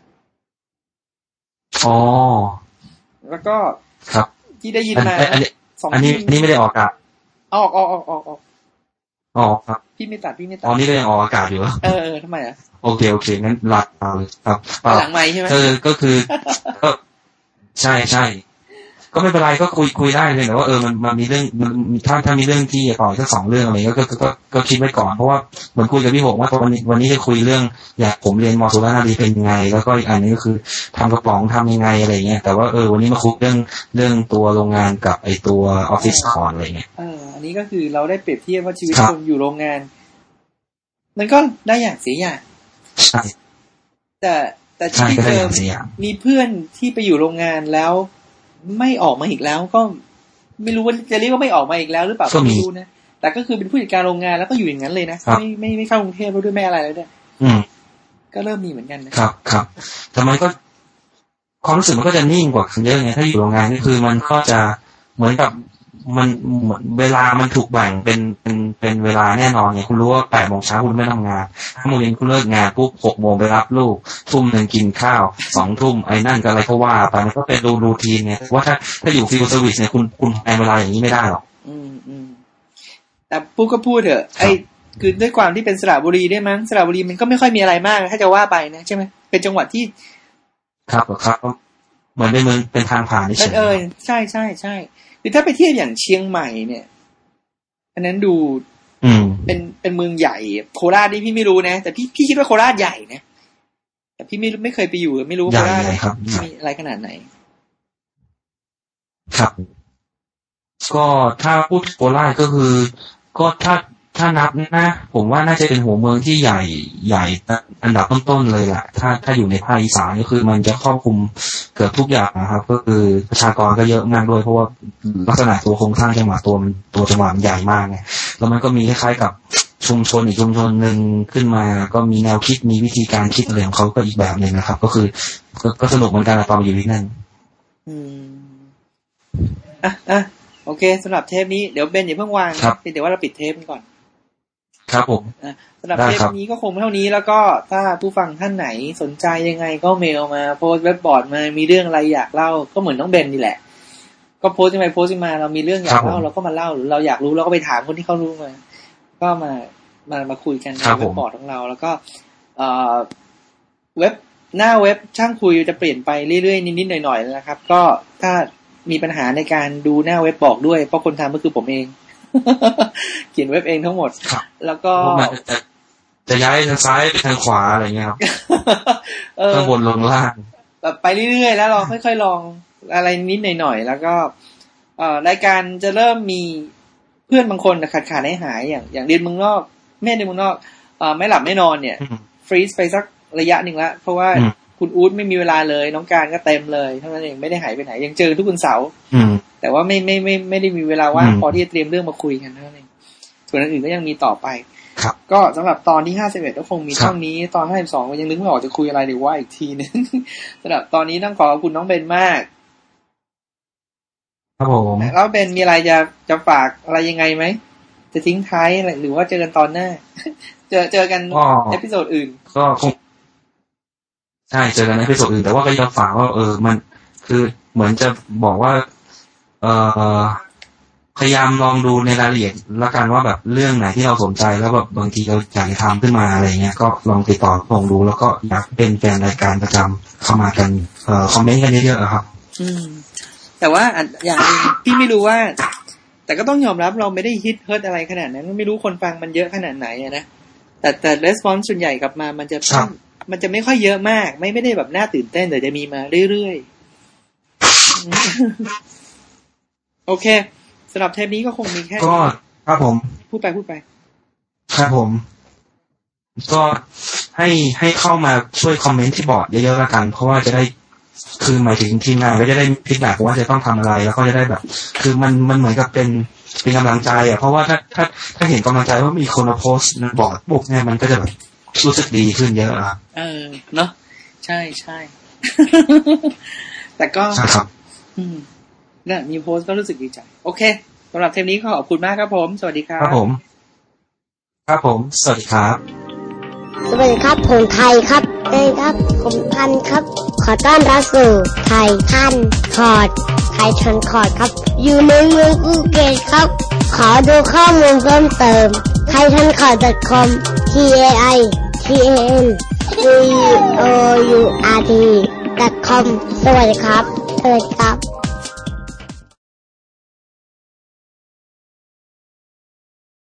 อ๋อแล้วก็ครับที่ได้ยินมาสองอันนี้อันนี้ไม่ได้ออกอากาศออกออกออกออกออกอ๋อครับพี่ไม่ตัดพี่ไม่ตัดอ๋อนี่ก็ยังออกอากาศอยู่เออเออทำไมอ่ะโอเคโอเคงั้นหลักเอาเลยครับหลังไมค์ใช่ไหมเออก็คือก็ใช่ใช่ก็ไม่เป็นไรก็คุยคุยได้เลยแต่ว่าเออมันมันมีเรื่องมันถ้าถ้ามีเรื่องที่ต่อสักสองเรื่องอะไรก็ก็ก็ก็คิดไว้ก่อนเพราะว่าเหมือนคุยกับพี่หกว่าวันนี้วันนี้จะคุยเรื่องอยากผมเรียนมอสุรนารีเป็นยังไงแล้วก็อีกอันนี้ก็คือทำกระป๋องทำยังไงอะไรเงี้ยแต่ว่าเออวันนี้มาคุยเรื่องเรื่องตัวโรงงานกับไอตัวออฟฟิศคอนอะไรเงี้ยเอออันนี้ก็คือเราได้เปรียบเทียบว่าชีวิตคนอยู่โรงงานมันก็ได้อย่างเสียอย่างใช่แต่แต่ที่เจอมีเพื่อนที่ไปอยู่โรงงานแล้วไม่ออกมาอีกแล้วก็ไม่รู้ว่าจะเรียกว่าไม่ออกมาอีกแล้วหรือเปล่าก็ไม่รู้นะแต่ก็คือเป็นผู้จัดการโรงงานแล้วก็อยู่อย่างนั้นเลยนะไม่ไม่ไม่เข้ากรุงเทพแล้วด้วยไม่อะไรแล้วด้วยอืมก็เริ่มมีเหมือนกันนะครับครับแต่มันก็ความรู้สึกมันก็จะนิ่งกว่าเยอะไงถ้าอยู่โรงงานนี่คือมันก็จะเหมือนกับมันเวลามันถูกแบ่งเป็นเป็นเป็นเวลาแน่นอนไงคุณรู้ว่าแปดโมงเช้าคุณไม่ทำงานห้าโมงเย็นคุณเลิกงานปุ๊บหกโมงไปรับลูกทุ่มหนึ่งกินข้าวสองทุ่มไอ้นั่นก็อะไรก็ว่าไปมันก็เป็นรูรูทีนไงว่าถ้าถ้าอยู่ฟิลเซอร์วิสเนี่ยคุณคุณแอนเวลาอย่างนี้ไม่ได้หรอกอืมอืมแต่พูดก็พูดเถอะไอ้คือด้วยความที่เป็นสระบุรีได้มั้งสระบุรีมันก็ไม่ค่อยมีอะไรมากถ้าจะว่าไปนะใช่ไหมเป็นจังหวัดที่ครับครับเหมือนเป็นเมืองเป็นทางผ่านนี่ใช่เออใช่ใช่ใช่คือถ้าไปเที่ยวอย่างเชียงใหม่เนี่ยอันนั้นดูอืมเป็นเป็นเมืองใหญ่โคราชนี่พี่ไม่รู้นะแต่พี่พี่คิดว่าโคราชใหญ่นะแต่พี่ไม่ไม่เคยไปอยู่ไม่รู้โคราชมีอะไรขนาดไหนครับก็ถ้าพูดโคราชก็คือก็ถ้าถ้านับนะผมว่าน่าจะเป็นหัวเมืองที่ใหญ่ใหญ่อันดับต้นๆเลยแหละถ้าถ้าอยู่ในภาคอีสานก็คือมันจะครอบคลุมเกือบทุกอย่างนะครับก็คือประชากรก็เยอะมากด้วยเพราะว่าลักษณะตัวโครงสร้างจังหวัดตัวมันตัวจังหวัดใหญ่มากไงแล้วมันก็มีคล้ายๆกับชุมชนอีกชุมชนหนึ่งขึ้นมาก็มีแนวคิดมีวิธีการคิดอะไรของเขาก็อีกแบบนึงนะครับก็คือก็สนุกเหมือนกันตอนอยู่ที่นั่นอืมอ่ะอ่ะโอเคสำหรับเทปนี้เดี๋ยวเบนอย่าเพิ่งวางเดี๋ยวว่าเราปิดเทปก่อนครับผมสำหรับเทปนี้ก็คงเท่านี้แล้วก็ถ้าผู้ฟังท่านไหนสนใจยังไงก็เมลมาโพสเว็บบอร์ดมามีเรื่องอะไรอยากเล่าก็เหมือนน้องเบนนี่แหละก็โพสต์มาโพสต์มาเรามีเรื่องอยากเล่าเราก็มาเล่าหรือเราอยากรู้เราก็ไปถามคนที่เขารู้มาก็มามามาคุยกันในเว็บบอร์ดของเราแล้วก็เอ่อเว็บหน้าเว็บช่างคุยจะเปลี่ยนไปเรื่อยๆนิดๆหน่อยๆนะครับก็ถ้ามีปัญหาในการดูหน้าเว็บบอกด้วยเพราะคนทำก็คือผมเองเขียนเว็บเองทั้งหมดแล้วก็จะจะย้ายทางซ้ายไปทางขวาอะไรเงี้ยครับข้างบนลงล่างแบบไปเรื่อยๆแล้วเราค่อยๆลองอะไรนิดหน่อยๆแล้วก็เอ่อรายการจะเริ่มมีเพื่อนบางคนขาดขาดหายอย่างอย่างเรียนเมืองนอกแม่ในเมืองนอกเอ่อไม่หลับไม่นอนเนี่ยฟรีซไปสักระยะหนึ่งละเพราะว่าคุณอู๊ดไม่มีเวลาเลยน้องการก็เต็มเลยเท่านั้นเองไม่ได้หายไปไหนยังเจอทุกวันเสาร์แต่ว่าไม่ไม่ไม่ไม่ได้มีเวลาว่างพอที่จะเตรียมเรื่องมาคุยกันเท่านั้นเองส่วนอื่นก็ยังมีต่อไปก็สำหรับตอนที่ห้าสิบเอ็ดก็คงมีช่องนี้ตอนห้าสิบสองก็ยังนึกไม่ออกจะคุยอะไรหรือว่าอีกทีนึงสำหรับตอนนี้ต้องขอขอบคุณน้องเบนมากครับผมแล้วเบนมีอะไรจะจะฝากอะไรยังไงไหมจะทิ้งท้ายหรือว่าเจอกันตอนหน้าเจอเจอกันเอพิโซดอื่นก็คงใช่เจอกันในเอพิโซดอื่นแต่ว่าก็ยังฝากว่าเออมันคือเหมือนจะบอกว่าเอ่อพยายามลองดูในรายละเอียดละกันว่าแบบเรื่องไหนที่เราสนใจแล้วแบบบางทีเราอยากจะทำขึ้นมาอะไรเงี้ยก็ลองติดต่อลองดูแล้วก็อยากเป็นแฟนรายการประจำเข้ามากันเอ่อคอมเมนต์กันเยอะๆครับอืมแต่ว่าอย่างพี่ไม่รู้ว่าแต่ก็ต้องยอมรับเราไม่ได้ฮิตเฮิร์ตอะไรขนาดนั้นไม่รู้คนฟังมันเยอะขนาดไหนนะแต่แต่รีสปอนส์ส่วนใหญ่กลับมามันจะมันจะไม่ค่อยเยอะมากไม่ไม่ได้แบบน่าตื่นเต้นแต่จะมีมาเรื่อยๆโอเคสำหรับเทปนี้ก็คงมีแค่ก็ครับผมพูดไปพูดไปครับผมก็ให้ให้เข้ามาช่วยคอมเมนต์ที่บอร์ดเยอะๆละกันเพราะว่าจะได้คือหมายถึงทีมงานก็จะได้พิจารณาว่าจะต้องทำอะไรแล้วก็จะได้แบบคือมันมันเหมือนกับเป็นเป็นกำลังใจอ่ะเพราะว่าถ้าถ้าถ้าเห็นกำลังใจว่ามีคนมาโพสต์ในบอร์ดบุกเนี่ยมันก็จะแบบรู้สึกดีขึ้นเยอะอ่ะเออเนาะใช่ใช่แต่ก็ใช่ครับอืมเนี่ยมีโพสต์ก็รู้สึกดีใจโอเคสำหรับเทปนี้ก็ขอบคุณมากครับผมสวัสดีครับครับผมครับผมสวัสดีครับสวัสดีครับผมไทยครับเอ้ยครับผมพันครับขอต้อนรับสู่ไทยพันคอร์ดไทยทันคอร์ดครับอยู่ในเมืองภูเก็ตครับขอดูข้อมูลเพิ่มเติมไทยทันคอร์ด .com t a i t a n c o u r t .com สวัสดีครับสวัสดีครับ